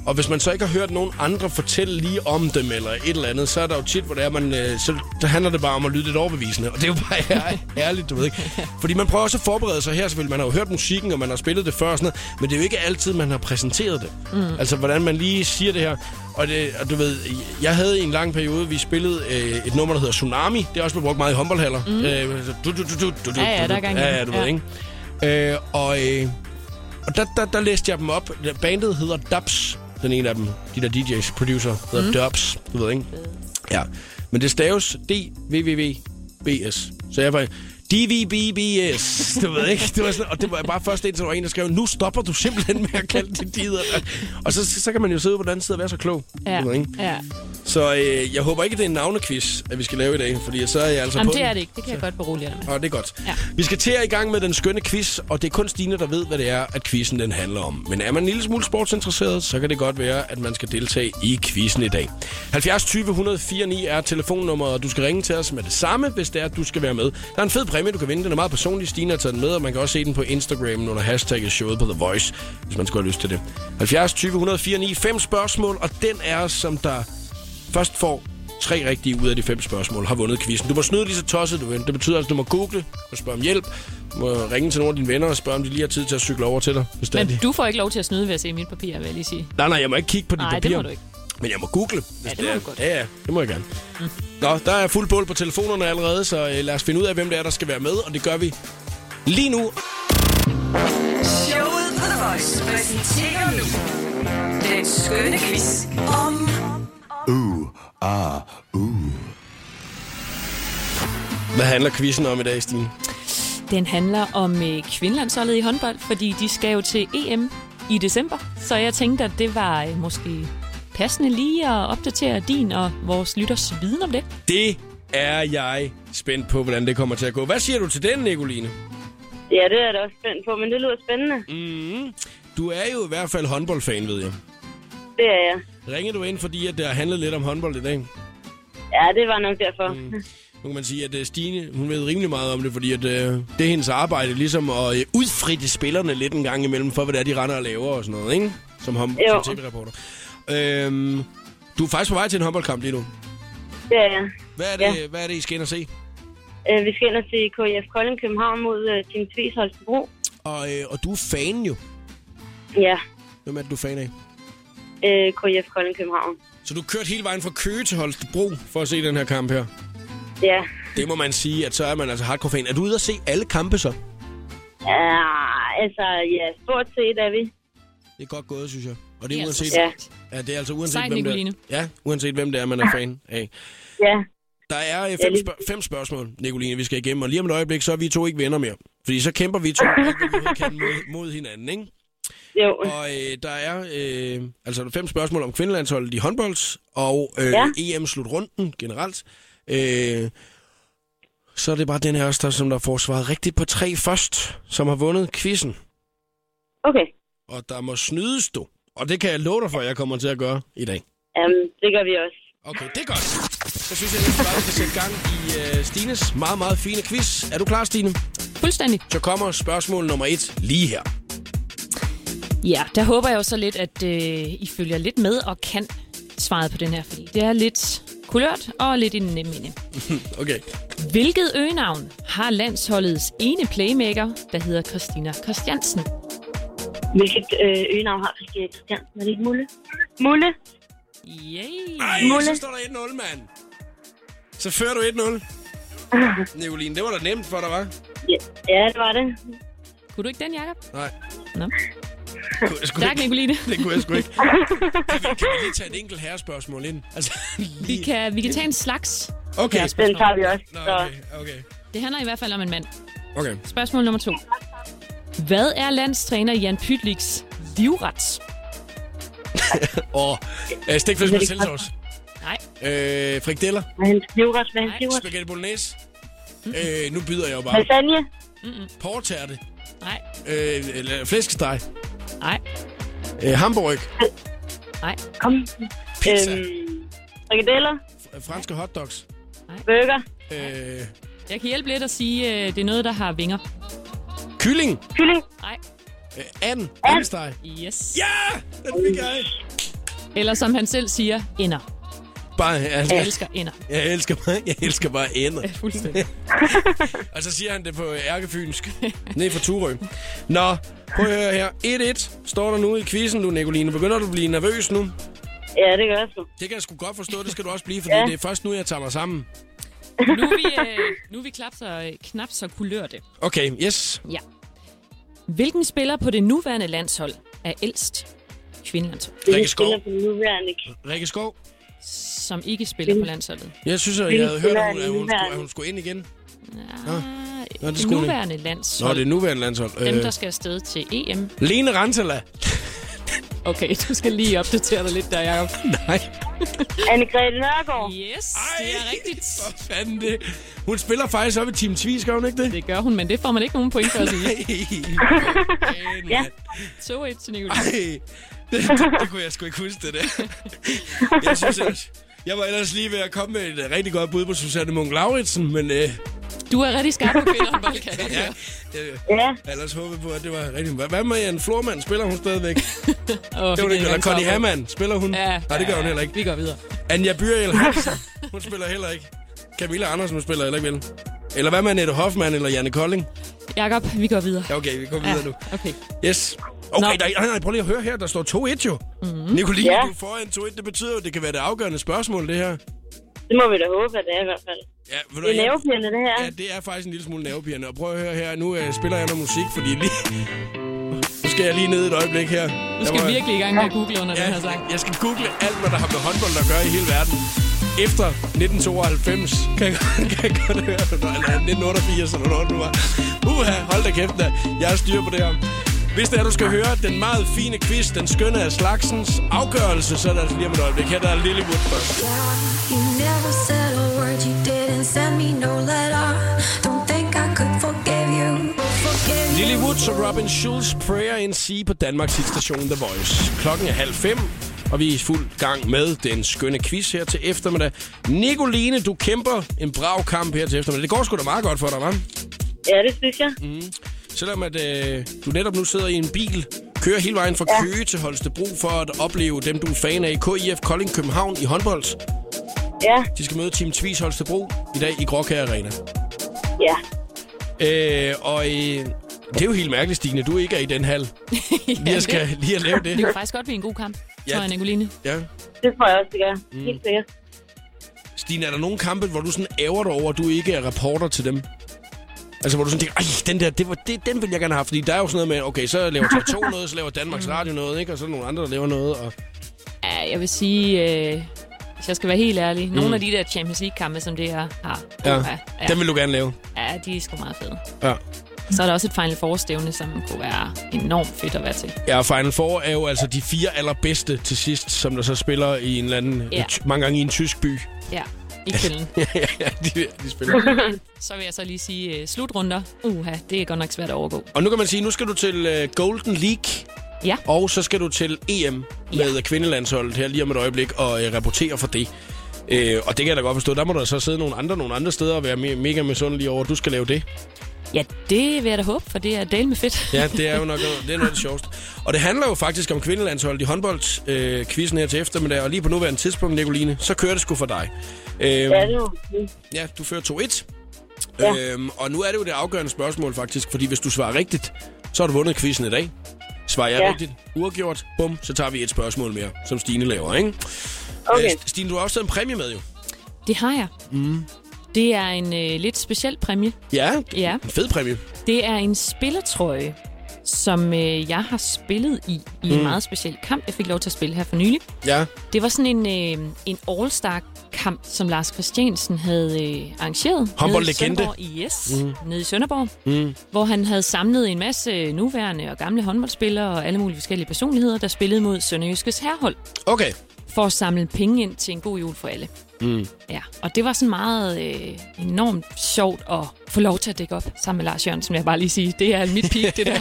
Og hvis man så ikke har hørt nogen andre fortælle lige om dem eller et eller andet, så er der jo tit, hvor det er, man, øh, så der handler det bare om at lyde lidt overbevisende. Og det er jo bare her, ærligt, du ved ikke. Fordi man prøver også at forberede sig her, selvfølgelig. Man har jo hørt musikken, og man har spillet det før og sådan noget, men det er jo ikke altid, man har præsenteret det. Mm. Altså, hvordan man lige siger det her. Og, det, og du ved, jeg havde i en lang periode, vi spillede øh, et nummer, der hedder Tsunami. Det er også blevet brugt meget i håndboldhaller. Mm. Øh, du, du, du, du, du, ja, ja, der er gang i ja, ja, du ja. ved, ikke? Øh, og øh, og der, der, der læste jeg dem op. Bandet hedder Dubs. Den ene af dem, de der D J's, producer, hedder mm. Dubs. Du ved, ikke? Ja. Men det staves D V V V B S. Så jeg var D V B B S. Du ved ikke? Det var sådan, og det var bare først en, så var en, der skrev, nu stopper du simpelthen med at kalde det dider. Og så, så kan man jo sidde på den anden side og være så klog. Ja. Du ved, ikke? Ja. Så øh, jeg håber ikke, det er en navnequiz, at vi skal lave i dag, fordi så er jeg altså Jamen, på det er den. det ikke. Det kan jeg godt berolige dig med. Og det er godt. Ja. Vi skal til at i gang med den skønne quiz, og det er kun Stine, der ved, hvad det er, at quizzen den handler om. Men er man en lille smule sportsinteresseret, så kan det godt være, at man skal deltage i quizzen i dag. halvfjerds tyve et nul fire ni er telefonnummeret, og du skal ringe til os med det samme, hvis det er, at du skal være med. Der er en fed præmie, du kan vinde. Den er meget personlig. Stine har taget den med, og man kan også se den på Instagram under hashtagget showet på The Voice, hvis man skulle have lyst til det. halvfjerds tyve et nul fire ni, fem spørgsmål, og den er, som der først får tre rigtige ud af de fem spørgsmål, har vundet quizzen. Du må snyde lige så tosset, du vil. Det betyder, at du må google og spørge om hjælp. Du må ringe til nogle af dine venner og spørge, om de lige har tid til at cykle over til dig. Men de. Du får ikke lov til at snyde ved at se mit papir, vil jeg lige sige. Nej, nej, jeg må ikke kigge på dit nej, papir. Nej, det må du ikke. Men jeg må google. Ja, det må det du godt. Ja, ja, det må jeg gerne. Mm. Nå, der er fuld bål på telefonerne allerede, så øh, lad os finde ud af, hvem det er, der skal være med. Og det gør vi lige nu. Showet på The Voice præsenterer nu den skønne quiz om... Uh, ah, uh. Hvad handler quizzen om i dag, Stine? Den handler om øh, kvindelandsholdet i håndbold, fordi de skal jo til E M i december. Så jeg tænkte, at det var øh, måske passende lige at opdatere din og vores lytters viden om det. Det er jeg spændt på, hvordan det kommer til at gå. Hvad siger du til den, Nicoline? Ja, det er jeg da også spændt på, men det lyder spændende. Mm. Du er jo i hvert fald håndboldfan, ved jeg. Det er jeg. Ringer du ind, fordi at det har handlet lidt om håndbold i dag? Ja, det var nok derfor. Mm. Nu kan man sige, at Stine, hun ved rimelig meget om det, fordi at, uh, det er hendes arbejde, ligesom at uh, udfritte spillerne lidt en gang imellem, for hvad det er, de render og laver og sådan noget, ikke? Som, hom- som T V-reporter. Øhm, du er faktisk på vej til en håndboldkamp lige nu. Det er jeg. Hvad er det, ja. hvad er det I skal ind og se? Uh, vi skal ind og se K I F Kolding København mod uh, Team Tvis Holstebro. Og, uh, og du er fan jo. Ja. Hvem er det, du er fan af? Uh, K I F Kolding København. Så du kørte hele vejen fra Køge til Holstebro for at se den her kamp her? Ja. Det må man sige, at så er man altså hardcore-fan. Er du ude at se alle kampe så? Ja, altså, ja, stort set er vi. Det er godt gået, synes jeg. Og det er ja, uanset, ja. Ja, det er altså uanset, Sejt, hvem Nicoline. det er. Ja, uanset hvem det er, man er fan af. Ja. Der er fem, spørg- fem spørgsmål, Nicoline, vi skal igennem. Og lige om et øjeblik, så er vi to ikke venner mere. Fordi så kæmper vi to kan mod, mod hinanden, ikke? Jo. Og øh, der er øh, altså fem spørgsmål om kvindelandsholdet i håndbold og øh, ja. E M-slutrunden generelt. Øh, så er det bare den her også, der, som der får svaret rigtigt på tre først, som har vundet quizzen. Okay. Og der må snydes, du. Og det kan jeg love dig for, at jeg kommer til at gøre i dag. Jamen, det gør vi også. Okay, det er godt. Så synes jeg, at vi bare skal sætte gang i uh, Stines meget, meget fine quiz. Er du klar, Stine? Fuldstændig. Så kommer spørgsmål nummer et lige her. Ja, der håber jeg jo så lidt, at øh, I følger lidt med og kan svaret på den her, fordi det er lidt kulørt og lidt en nem minde. Okay. Hvilket øgenavn har landsholdets ene playmaker, der hedder Christina Christiansen? Hvilket øh, øgenavn har Christina Christiansen? Er det ikke Mulle? Mulle? Yay! Ej, Mulle. så står der et nul, mand. Så fører du et nul. Nicoline, det var da nemt for dig, hva'? Ja, ja, det var det. Kunne du ikke den, Jacob? Nej. Nå. Tak, Nicoline. Det kunne jeg sgu ikke. Kan vi, kan vi lige tage et enkelt herrespørgsmål ind? Altså, lige... vi, kan, vi kan tage en slags okay. Den tager vi også. Nå, okay, okay. Det handler i hvert fald om en mand. Okay. Spørgsmål nummer to. Hvad er landstræner Jan Pytliks livret? Åh, oh, øh, stikflæsk med selvsovs. Nej. Øh, frikadeller. Hvad er hans livret? Hvad er hans livret? Spaghetti bolognese. Mm-hmm. Øh, nu byder jeg jo bare. Lasagne? Mm-mm. Portærte. Nej. Øh, eller flæskesteg. Nej. Øh, hamburg. Nej. Kom. Pizza. Øhm, frikadeller? F- franske hotdogs. Nej. Burger? Øh, Jeg kan hjælpe lidt at sige, at det er noget, der har vinger. kylling. Kylling? Nej. Øh, and. Andesteg. Yes. Ja! Den fik jeg. Eller som han selv siger, ender. Bare, altså, Jeg elsker ender. Jeg elsker bare, jeg elsker bare ender. Ja, fuldstændig. Og så siger han det på ærkefynsk. Ned fra Turø. Nå, prøv at høre her. et et står der nu i quizzen, du, Nicoline. Begynder du at blive nervøs nu? Ja, det gør jeg sgu. Det kan jeg sgu godt forstå, det skal du også blive, fordi Ja. det er først nu, jeg tager mig sammen. Nu er vi, øh, nu er vi knap så, knap så kulørte. Okay, yes. Ja. Hvilken spiller på det nuværende landshold er ældst? Kvindelandshold. Rikke Skov. Spiller på den nuværende. Rikke Skov. Som ikke spiller på landsholdet. Jeg synes, at jeg havde hørt, at hun, at hun, skulle, at hun skulle ind igen. Ja, Nå, det det skulle hun nuværende landshold. Nå, det er nuværende landshold. Dem, Øh, der skal afsted til E M. Lene Rantala. Okay, du skal lige opdatere dig lidt der, Jacob. Nej. Anne-Grethe Nørgaard. Yes, det er rigtigt. Hvor fanden det? Hun spiller faktisk op i Team Tvis, gør hun ikke det? Det gør hun, men det får man ikke nogen point for at sige. Ja. to et til Nicoline. Ej, det, det, det kunne jeg sgu ikke huske, det der. Jeg synes ellers, jeg var ellers lige ved at komme med et uh, rigtig godt bud på Susanne Munk-Lauritsen, men uh, Du er rigtig skarp på kvindehåndbold, kan jeg godt ja, høre. jeg, Ja. jeg ellers håbede på, at det var rigtigt. Hvad- Hvad med Jan Florman? Spiller hun stadigvæk? Åh, Det var vi det kan ikke. Eller ikke Connie svare på. Hammann? Spiller hun? Ja, Nej, det gør hun heller ikke. Vi går videre. Anja Byriel Hansen, hun spiller heller ikke. Camilla Andersen, hun spiller heller ikke vel. Eller hvad med Annette Hoffmann eller Janne Kolding? Jakob, vi går videre. Ja, okay, vi går videre Ja, nu. okay. Yes. Okay, Nå. der, nej, nej, prøv lige at høre her. Der står to et jo. Mm-hmm. Nicoline, Ja. du er foran to et. Det betyder jo, at det kan være det afgørende spørgsmål, det her. Det må vi da håbe, at det er i hvert fald. Ja, ved du Det hvad, er jeg- nervepirrende, det her. Ja, det er faktisk en lille smule nervepirrende. Og prøv at høre her. Nu uh, spiller jeg noget musik, fordi lige... Nu skal jeg lige ned et øjeblik her. Du skal virkelig i gang med at google under Ja, den her sang. jeg skal google alt, hvad der har med håndbold at gøre i hele verden. Efter nitten tooghalvfems, kan jeg, godt- kan jeg godt høre, eller nitten otteogfirs, eller noget det var. Uha, hold da kæft da. Jeg har styr på det her. Hvis det er, du skal høre den meget fine quiz, den skønne af slagsens afgørelse, så er det altså lige om et øjeblik. Her der er Lilywood først. You never said a word, you didn't send me no letter. Don't think I could forgive you. Forgive you. Lily Woods og Robin Schulz, Prayer in Sea på Danmarks hitstation The Voice. Klokken er halv fem, og vi er i fuld gang med den skønne quiz her til eftermiddag. Nicoline, du kæmper en brav kamp her til eftermiddag. Det går sgu da meget godt for dig, hva'? Ja, det synes jeg. Mm. Selvom at øh, du netop nu sidder i en bil, kører hele vejen fra Ja. Køge til Holstebro for at opleve dem, du er fan af. K I F Kolding København i håndbold. Ja, De skal møde Team Tvis Holstebro i dag i Gråkær Arena. ja. Øh, og øh, det er jo helt mærkeligt, Stine, du ikke er i den hal. Lige at skal lige at lave det. Det kunne faktisk godt blive en god kamp, Ja. tror jeg, Nicoline. Det Ja. tror jeg også, det gør. Mm. Helt sikkert. Stine, er der nogle kampe, hvor du sådan ærger dig over, at du ikke er reporter til dem? Altså, hvor du sådan tænker, ej, den der, det var, det, den vil jeg gerne have. Fordi der er jo sådan noget med, okay, så laver T V to noget, så laver Danmarks Radio noget, ikke? Og så er der nogle andre, der laver noget. Og... Ja, jeg vil sige, øh, hvis jeg skal være helt ærlig, mm. nogle af de der Champions League-kampe, som det her har, Ja, uha, ja, den vil du gerne lave. ja, de er sgu meget fede. Ja. Så er der også et Final Four-stævne, som kunne være enormt fedt at være til. Ja, og Final Four er jo altså de fire allerbedste til sidst, som der så spiller i en eller anden, Ja. ty- mange gange i en tysk by. Ja, i Køln. ja, ja, de, de spiller. Så vil jeg så lige sige uh, slutrunder. Uha, det er godt nok svært at overgå. Og nu kan man sige, nu skal du til uh, Golden League. Ja. Og så skal du til E M med Ja. kvindelandsholdet her lige om et øjeblik og uh, rapportere for det. Uh, og det kan jeg da godt forstå. Der må der så sidde nogle andre, nogle andre steder og være me- mega misundelige over, at du skal lave det. Ja, det vil jeg da håbe, for det er del med fedt. Ja, det er jo nok noget, det er noget af det sjoveste. Og det handler jo faktisk om kvindelandsholdet i håndboldquizzen øh, her til eftermiddag. Og lige på nuværende tidspunkt, Nicoline, så kører det sgu for dig. Øhm, Ja, det er jo. ja, du fører to et. Ja. Øhm, og nu er det jo det afgørende spørgsmål faktisk, fordi hvis du svarer rigtigt, så har du vundet quizzen i dag. Svarer jeg Ja. rigtigt, uafgjort, bum, så tager vi et spørgsmål mere, som Stine laver, ikke? Okay. Øh, Stine, du har også taget en præmie med jo. Det har jeg. Mm. Det er en øh, lidt speciel præmie. Ja, Ja. en fed præmie. Det er en spillertrøje, som øh, jeg har spillet i i en Mm. meget speciel kamp. Jeg fik lov til at spille her for nylig. Ja, Det var sådan en, øh, en All-Star-kamp, som Lars Christiansen havde øh, arrangeret. Håndboldlegende. Nede i Sønderborg. Yes, mm. nede i Sønderborg. mm. Hvor han havde samlet en masse nuværende og gamle håndboldspillere og alle mulige forskellige personligheder, der spillede mod Sønderjyskes herhold, Okay. for at samle penge ind til en god jul for alle. Mm. Ja, og det var sådan meget øh, enormt sjovt at få lov til at dække op sammen med Lars Jørgensen, vil jeg bare lige sige. Det er mit peak, det der.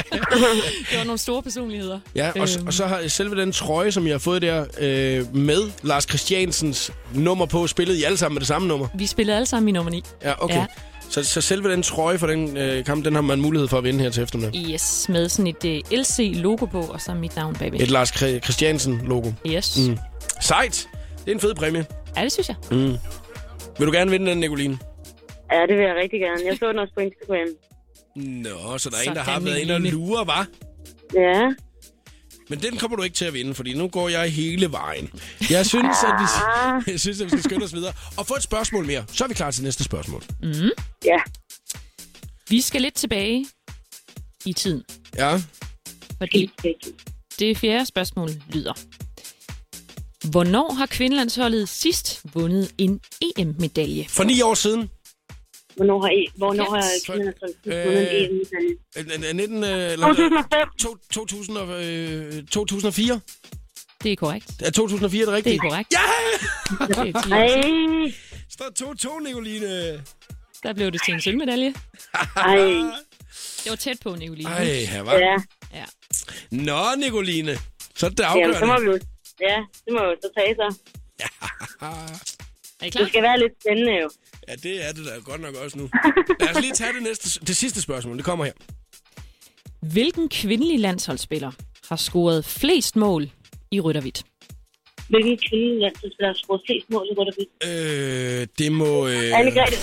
Det var nogle store personligheder. Ja, og, Øhm. og så har selve den trøje, som jeg har fået der, øh, med Lars Christiansens nummer på, spillet i alle sammen med det samme nummer. Vi spillede alle sammen i nummer ni. Ja, okay. Ja. Så, så selve den trøje for den øh, kamp, den har man mulighed for at vinde her til eftermiddag. Yes, med sådan et uh, L C-logo på, og så mit navn bagved. Et Lars Christiansen-logo. Yes. Mm. Sejt. Det er en fed præmie. Ja, det synes jeg. Mm. Vil du gerne vinde den, Nicoline? Ja, det vil jeg rigtig gerne. Jeg så den også på Instagram. Nå, så der er Så en, der har kan været inde og Nicoline. lure, hva'? Ja. Men den kommer du ikke til at vinde, fordi nu går jeg hele vejen. Jeg synes, at vi, jeg synes, at vi skal skynde os videre. Og få et spørgsmål mere, så er vi klar til næste spørgsmål. Mm. Ja. Vi skal lidt tilbage i tiden, Ja. fordi det fjerde spørgsmål lyder. Hvornår har kvindelandsholdet sidst vundet en E M-medalje? For ni år siden. Hvornår har I... Hvornår har For- kvinderne så øh, vundet en E M-medalje? Øh, øh, nitten, øh, eller, to tusind og fem. to, to, tusind og, øh, to tusind og fire. Det er korrekt. Er to tusind og fire det rigtigt? Det er korrekt. Ja! Det er ti år Ej. siden. Står to to, Nicoline. Der blev det til en sølvmedalje. Ej. Det var tæt på, Nicoline. Ej, her var. Ja. Ja. Nå, Nicoline. Så er det Jamen, så må afgørende. vi jo... Ja, det må jo så tage sig. Er I klar? Det skal være lidt spændende jo. Ja, det er det da godt nok også nu. Lad os lige tage det, næste, det sidste spørgsmål. Det kommer her. Hvilken kvindelig landsholdsspiller har scoret flest mål i rødt og hvidt? Hvilken kvinde landsholdsspiller har scoret flest mål i rødt og hvidt? Øh, det må... Øh, Anne-Grethe.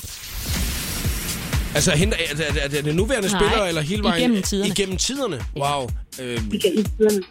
altså, hende, er, er, er, er det nuværende Nej, spiller, eller hele vejen? igennem tiderne. Igennem tiderne? Wow. Øh, Igennem tiderne.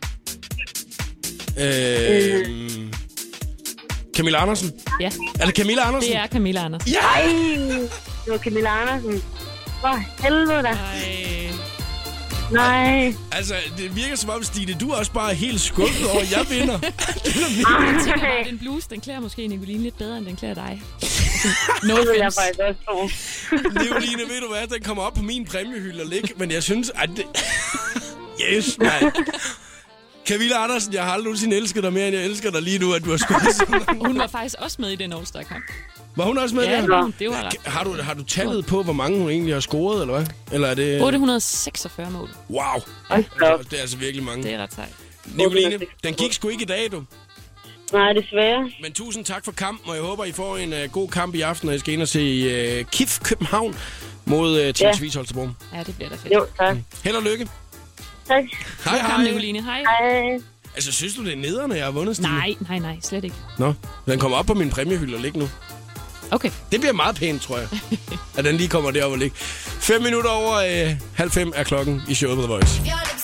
øh, Camilla Andersen? Ja, Er det Camilla Andersen? det er Camilla Andersen. Ja! Ej, det var Camilla Andersen. For helvede da. Ej. Nej. Altså, det virker som om, Stine, du er også bare helt skuffet over, at jeg vinder. Jeg tænker bare, den bluse, den klæder måske Nicoline lidt bedre, end den klæder dig. No Det vil jeg offense. faktisk også tro. Nicoline, ved du hvad? Den kommer op på min præmiehylde og ligge, men jeg synes, at det... Yes, mand. Camilla Andersen, jeg har aldrig nogensinde elsket dig mere, end jeg elsker dig lige nu, at du har skudt sådan. Hun var faktisk også med i den All-Star-kamp. Var hun også med Ja, der? det var hun. Det var ret. Har du, har du tallet på, hvor mange hun egentlig har scoret, eller hvad? Eller er det... otte hundrede og seksogfyrre mål. Wow. Hold da op. Det er altså virkelig mange. Det er ret sejt. Nicoline, den gik sgu ikke i dag, du. Nej, desværre. Men tusind tak for kampen, og jeg håber, I får en uh, god kamp i aften, og I skal ind og se uh, K I F København mod uh, T S V Holstebro. Ja, det bliver da fedt. Jo, tak. Held og lykke. Tak. Hej, Kom, hej. Nicoline. Hej. Mm. Hej. Altså, synes du, det er nederne, jeg har vundet, Stine? Nej, nej, nej, slet ikke. Nå, den kommer op på min præmiehylde og ligge nu. Okay. Det bliver meget pænt, tror jeg, at den lige kommer derop og ligge. Fem minutter over øh, halv fem er klokken i showet på The Voice.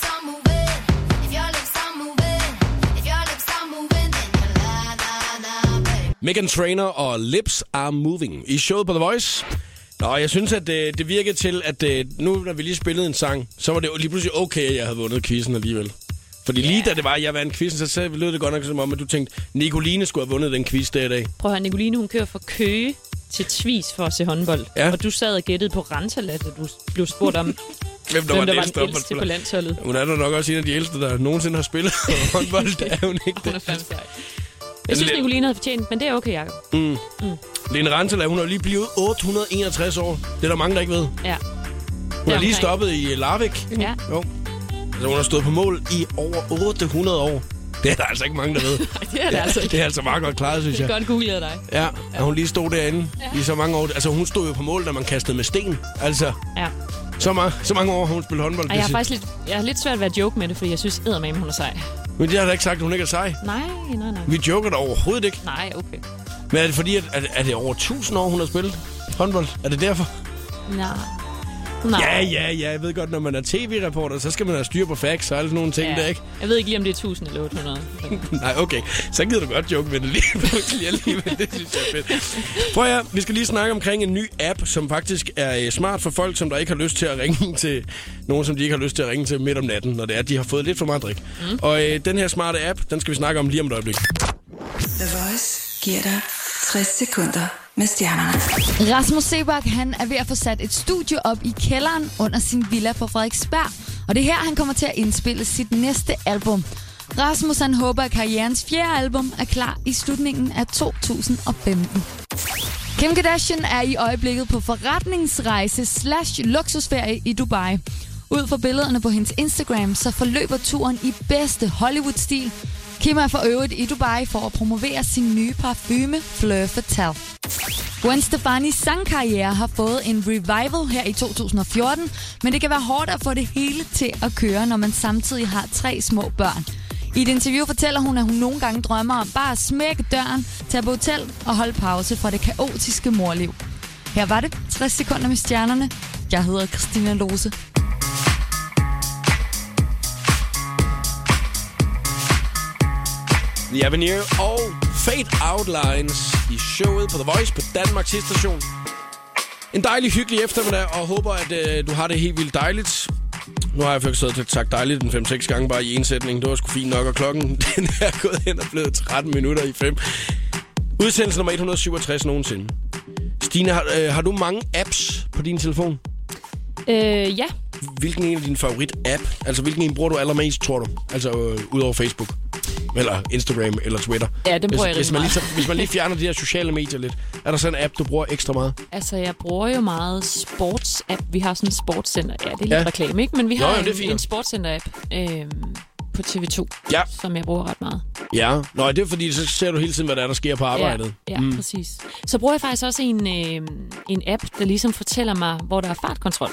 Meghan Trainor og Lips Are Moving i showet på The Voice. Nå, jeg synes, at øh, det virkede til, at øh, nu, når vi lige spillede en sang, så var det jo lige pludselig okay, at jeg havde vundet quizzen alligevel. Fordi lige da det var, at jeg vandt quizzen, så lød det godt nok som om, at du tænkte, Nicoline skulle have vundet den quiz der i dag. Prøv at høre, Nicoline, hun kører fra Køge til Tvis for at se håndbold. Ja. Og du sad og gættede på Rantalat, da du blev spurgt om, Hvem der hvem var der den var ældste den ældste på håndboldspiller. landsholdet. Hun er da nok også en af de ældste, der nogensinde har spillet håndbold. Det er hun ikke Hun er det. fandme sej. Jeg synes, Nicoline havde fortjent, men det er okay, Jacob. Mm. Mm. Lene Rantala, hun har lige blevet otte hundrede og enogtres år. Det er der mange, der ikke ved. Ja. Hun har lige omkring. stoppet i Larvik. Ja. Jo. Altså, hun har stået på mål i over otte hundrede år. Det er der altså ikke mange, der ved. det er det altså ikke. Det er altså meget godt klaret, synes Det er jeg. godt googlet af dig. Ja, at hun lige stod derinde ja. i så mange år. Altså, hun stod jo på mål, da man kastede med sten. Altså, Ja. så, ma- så mange år har hun spillet håndbold. Og jeg har faktisk lidt, jeg har lidt svært ved at joke med det, fordi jeg synes eddermame, hun er sej. Men det har da ikke sagt, at hun ikke er sej. Nej, nej, nej. Vi joker da overhovedet ikke. Nej, okay. Men er det fordi, at, at, er det over tusind år, hun har spillet håndbold? Er det derfor? Nej. Nej. Ja, ja, ja. Jeg ved godt, når man er tv-reporter, så skal man have styr på facts og alle sådan nogle ting Ja. der, ikke? Jeg ved ikke lige, om det er tusind eller otte hundrede. Nej, okay. Så gider du godt joke med det lige pludselig alligevel. Det synes jeg er fedt. Prøv at høre, vi skal lige snakke omkring en ny app, som faktisk er smart for folk, som der ikke har lyst til at ringe til nogen, som de ikke har lyst til at ringe til midt om natten, når det er, at de har fået lidt for meget drik. Mm. Og øh, den her smarte app, den skal vi snakke om lige om et øjeblik. The Voice giver dig tres sekunder med stjernerne. Rasmus Seebach, han er ved at få sat et studie op i kælderen under sin villa på Frederiksberg. Og det er her, han kommer til at indspille sit næste album. Rasmus, han håber, at karrierens fjerde album er klar i slutningen af to tusind og femten. Kim Kardashian er i øjeblikket på forretningsrejse slash luksusferie i Dubai. Ud fra billederne på hendes Instagram, så forløber turen i bedste Hollywood-stil. Kim er for øvrigt i Dubai for at promovere sin nye parfume, Fleur Fatale. Gwen Stefani's sangkarriere har fået en revival her i to tusind og fjorten, men det kan være hårdt at få det hele til at køre, når man samtidig har tre små børn. I et interview fortæller hun, at hun nogle gange drømmer om bare at smække døren, tage på hotel og holde pause fra det kaotiske morliv. Her var det tres sekunder med stjernerne. Jeg hedder Christina Lose. The Avenue og Fade Outlines i showet på The Voice på Danmarks station. En dejlig, hyggelig eftermiddag, og håber, at øh, du har det helt vildt dejligt. Nu har jeg faktisk sagt dejligt den fem seks gange bare i en sætning. Det var sgu fint nok, og klokken den er gået hen og blevet tretten minutter i fem. Udsendelse nummer et hundrede syvogtres nogensinde. Stine, har, øh, har du mange apps på din telefon? Øh, ja. Hvilken en af dine favorit-app? Altså, hvilken en bruger du allermest, tror du? Altså, øh, udover Facebook? Eller Instagram, eller Twitter? Ja, den bruger hvis, jeg hvis man rigtig lige, hvis man lige fjerner de her sociale medier lidt, er der sådan en app, du bruger ekstra meget? Altså, jeg bruger jo meget sports-app. Vi har sådan en sportscenter. Ja, det er lidt ja. reklame, ikke? Men vi har Nå, en, en sportscenter-app øh, på T V to, ja. som jeg bruger ret meget. Ja, Nå, det er fordi, så ser du hele tiden, hvad der er, der sker på arbejdet. Ja, ja mm. præcis. Så bruger jeg faktisk også en, øh, en app, der ligesom fortæller mig, hvor der er fartkontrol.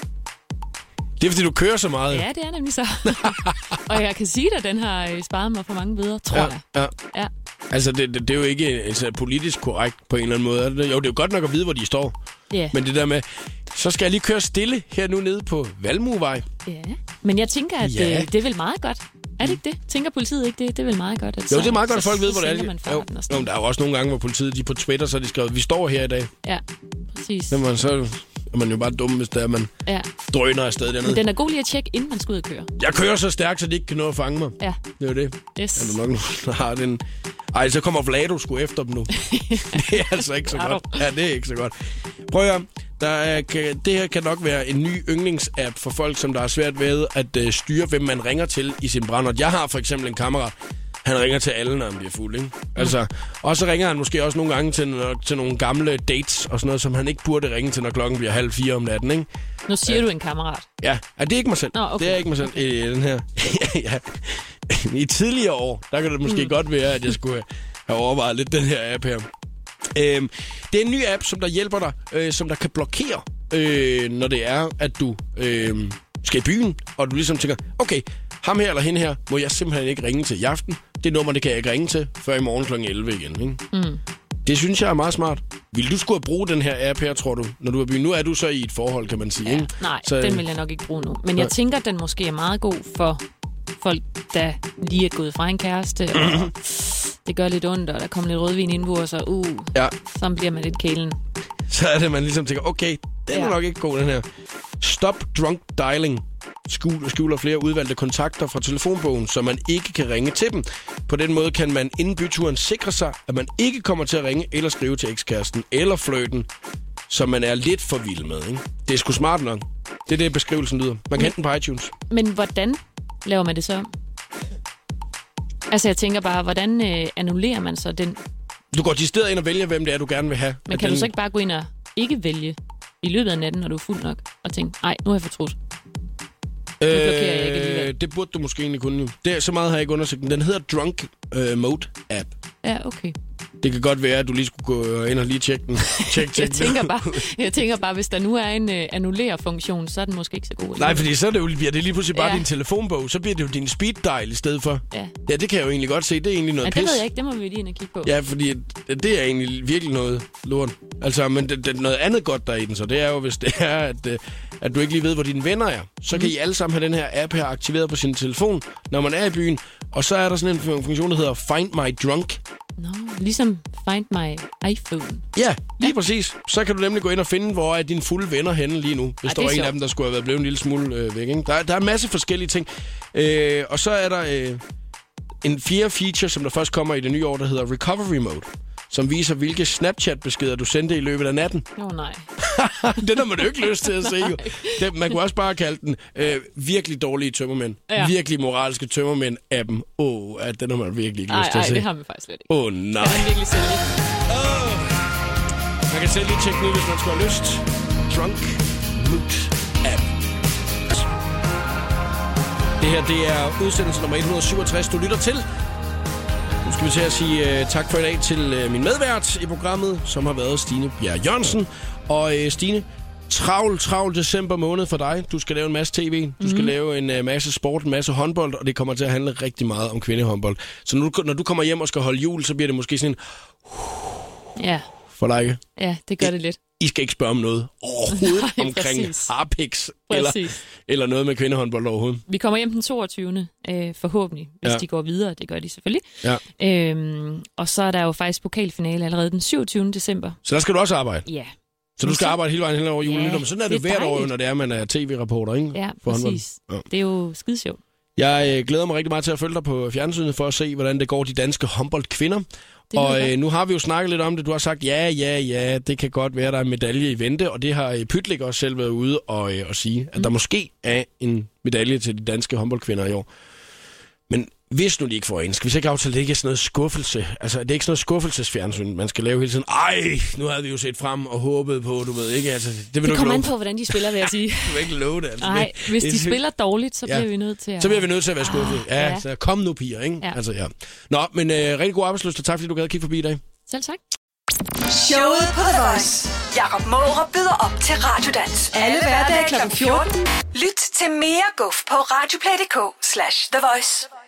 Det er, fordi du kører så meget. Ja, det er nemlig så. Og jeg kan sige dig, at den har sparet mig for mange bøder, tror ja, jeg. Ja. ja. Altså, det, det, det er jo ikke altså, politisk korrekt på en eller anden måde. Jo, det er jo godt nok at vide, hvor de står. Yeah. Men det der med, så skal jeg lige køre stille her nu nede på Valmuevej. Ja, men jeg tænker, at ja. det, det er vel meget godt. Er det ikke det? Tænker politiet ikke det? Det er vel meget godt, at jo, det er meget så, godt, at folk så, ved, hvor det er. Jo, jo, der er jo også nogle gange, hvor politiet de på Twitter, så de skrevet, vi står her i dag. Ja, præcis. Så man, så er man jo bare dum, hvis der man ja. drøner afsted dernede. Men den er god lige at tjekke, inden man skal ud og køre. Jeg kører så stærkt, så de ikke kan nå at fange mig. Ja. Det er jo det. Yes. Er du nok nogen, der har den... Ej, så kommer Vlado sgu efter dem nu. Det er altså ikke så godt. Ja, det er ikke så godt. Prøv at høre. Der er, kan, det her kan nok være en ny yndlingsapp for folk, som der er svært ved at uh, styre, hvem man ringer til i sin brændert. Jeg har for eksempel en kammerat. Han ringer til alle, når han bliver fuld, ikke? Altså, og så ringer han måske også nogle gange til, til nogle gamle dates og sådan noget, som han ikke burde ringe til, når klokken bliver halv fire om natten, ikke? Nu siger ja. du en kammerat. Ja, ja det er ikke mig selv. Nå, okay. Det er ikke mig selv okay. i den her. ja. I tidligere år, der kan det måske mm. godt være, at jeg skulle have overvejet lidt den her app her. Øhm, det er en ny app, som der hjælper dig, øh, som der kan blokere, øh, når det er, at du øh, skal i byen, og du ligesom tænker, okay, ham her eller hende her, må jeg simpelthen ikke ringe til i aften. Det nummer, det kan jeg ikke ringe til, før i morgen klokken elleve igen. Ikke? Mm. Det synes jeg er meget smart. Vil du skulle bruge den her app her, tror du, når du er i byen? Nu er du så i et forhold, kan man sige. Ja, ikke? Nej, så, den vil jeg nok ikke bruge nu. Men jeg tænker, at den måske er meget god for folk, der lige er gået fra en kæreste, og det gør lidt ondt, og der kommer lidt rødvin indenbords, og uh, ja. så bliver man lidt kælen. Så er det, man ligesom tænker, okay, den er ja. nok ikke god, den her. Stop drunk dialing. Skjuler flere udvalgte kontakter fra telefonbogen, så man ikke kan ringe til dem. På den måde kan man inden byturen sikre sig, at man ikke kommer til at ringe eller skrive til ekskæresten eller flirten, som man er lidt for vild med. Ikke? Det er sgu smart nok. Det er det, beskrivelsen lyder. Man kan hente den på iTunes. Men hvordan laver man det så? Altså, jeg tænker bare, hvordan øh, annullerer man så den? Du går til stedet ind og vælger, hvem det er, du gerne vil have. Men kan den... du så ikke bare gå ind og ikke vælge i løbet af natten, når du er fuld nok, og tænke, nej, nu har jeg fortrudt? Øh, det burde du måske egentlig kunne. Det er, så meget har jeg ikke undersøgt den. Den hedder Drunk uh, Mode App. Ja, okay. Det kan godt være, at du lige skulle gå ind og lige tjekke den. Check, check jeg, tænker bare, jeg tænker bare, hvis der nu er en uh, annullér-funktion, så er den måske ikke så god. Nej, fordi så er det jo, bliver det lige pludselig bare ja. din telefonbog. Så bliver det jo din speed dial i stedet for. Ja. Ja, det kan jeg jo egentlig godt se. Det er egentlig noget ja, pis. det ved jeg ikke. Det må vi lige ind og kigge på. Ja, fordi det er egentlig virkelig noget lort. Altså, men det, det, noget andet godt der i den, så det er jo, hvis det er, at, at du ikke lige ved, hvor dine venner er. Så mm. kan I alle sammen have den her app her aktiveret på sin telefon, når man er i byen. Og så er der sådan en funktion, der hedder Find My Drunk. Nå, no, ligesom Find My iPhone. Ja, lige ja. præcis. Så kan du nemlig gå ind og finde, hvor er dine fulde venner henne lige nu. Hvis der var en af dem, der skulle have været blevet en lille smule øh, væk. Ikke? Der, der er en masse forskellige ting. Øh, og så er der øh, en fjerde feature, som der først kommer i det nye år, der hedder Recovery Mode. Som viser, hvilke Snapchat-beskeder du sendte i løbet af natten. Åh oh, nej. Den har man jo ikke lyst til at se. Jo. Det, man kunne også bare kalde den øh, virkelig dårlige tømmermænd. Ja. Virkelig moralske tømmermænd-appen. Åh, oh, den har man virkelig ikke ej, lyst til ej, at se. Nej, det har man faktisk slet ikke. Åh oh, nej. Kan man virkelig sælge? Oh. Man kan selv lige tjekke den ud, hvis man skulle have lyst. Drunk Mood App. Det her, det er udsendelse nummer et hundrede syvogtres, du lytter til. skal vi til at sige uh, tak for i dag til uh, min medvært i programmet, som har været Stine Bjerg Jørgensen. Og uh, Stine, travl, travl december måned for dig. Du skal lave en masse tv, du mm. skal lave en uh, masse sport, en masse håndbold, og det kommer til at handle rigtig meget om kvindehåndbold. Så når du, når du kommer hjem og skal holde jul, så bliver det måske sådan en... Uh, ja. For dig. Ja, det gør det lidt. I skal ikke spørge om noget overhovedet Nej, omkring harpiks eller, eller noget med kvindehåndbold overhovedet. Vi kommer hjem den toogtyvende Øh, forhåbentlig, hvis ja. de går videre. Det gør de selvfølgelig. Ja. Øhm, og så er der jo faktisk pokalfinale allerede den syvogtyvende december. Så der skal du også arbejde? Ja. Så du skal arbejde hele vejen hen over julen. Ja, men sådan er det, det hvert år, når det er, man er tv-reporter, ikke? Ja, præcis. Ja. Det er jo skidesjovt. Jeg øh, glæder mig rigtig meget til at følge dig på fjernsynet for at se, hvordan det går de danske håndboldkvinder. Og øh, nu har vi jo snakket lidt om det. Du har sagt, ja, ja, ja, det kan godt være, der er en medalje i vente. Og det har øh, Pytlik også selv været ude og, øh, og sige, at mm. der måske er en medalje til de danske håndboldkvinder i år. Men hvis nu de ikke får en, skal vi så ikke aftale, at det ikke er sådan noget skuffelse? Altså, det er ikke sådan noget skuffelsesfjernsyn, man skal lave hele tiden. Ej, nu havde vi jo set frem og håbet på, du ved ikke. Altså, det vil det kommer an på, hvordan de spiller, vil jeg sige. Du vil ikke love det. Altså. Nej, hvis de spiller dårligt, så bliver ja. vi nødt til at... Så bliver vi nødt til at være skuffet. Ah, ja, ja. Så kom nu, piger, ikke? Ja. Altså, ja. Nå, men øh, rigtig god arbejdsløst, og tak fordi du gad at kigge forbi i dag. Selv tak. Showet på The Voice. Jakob Mårup byder op til Radiodans. Alle hverdage klokken fjorten. Lyt til mere guf på radioplay punktum d k slash The Voice.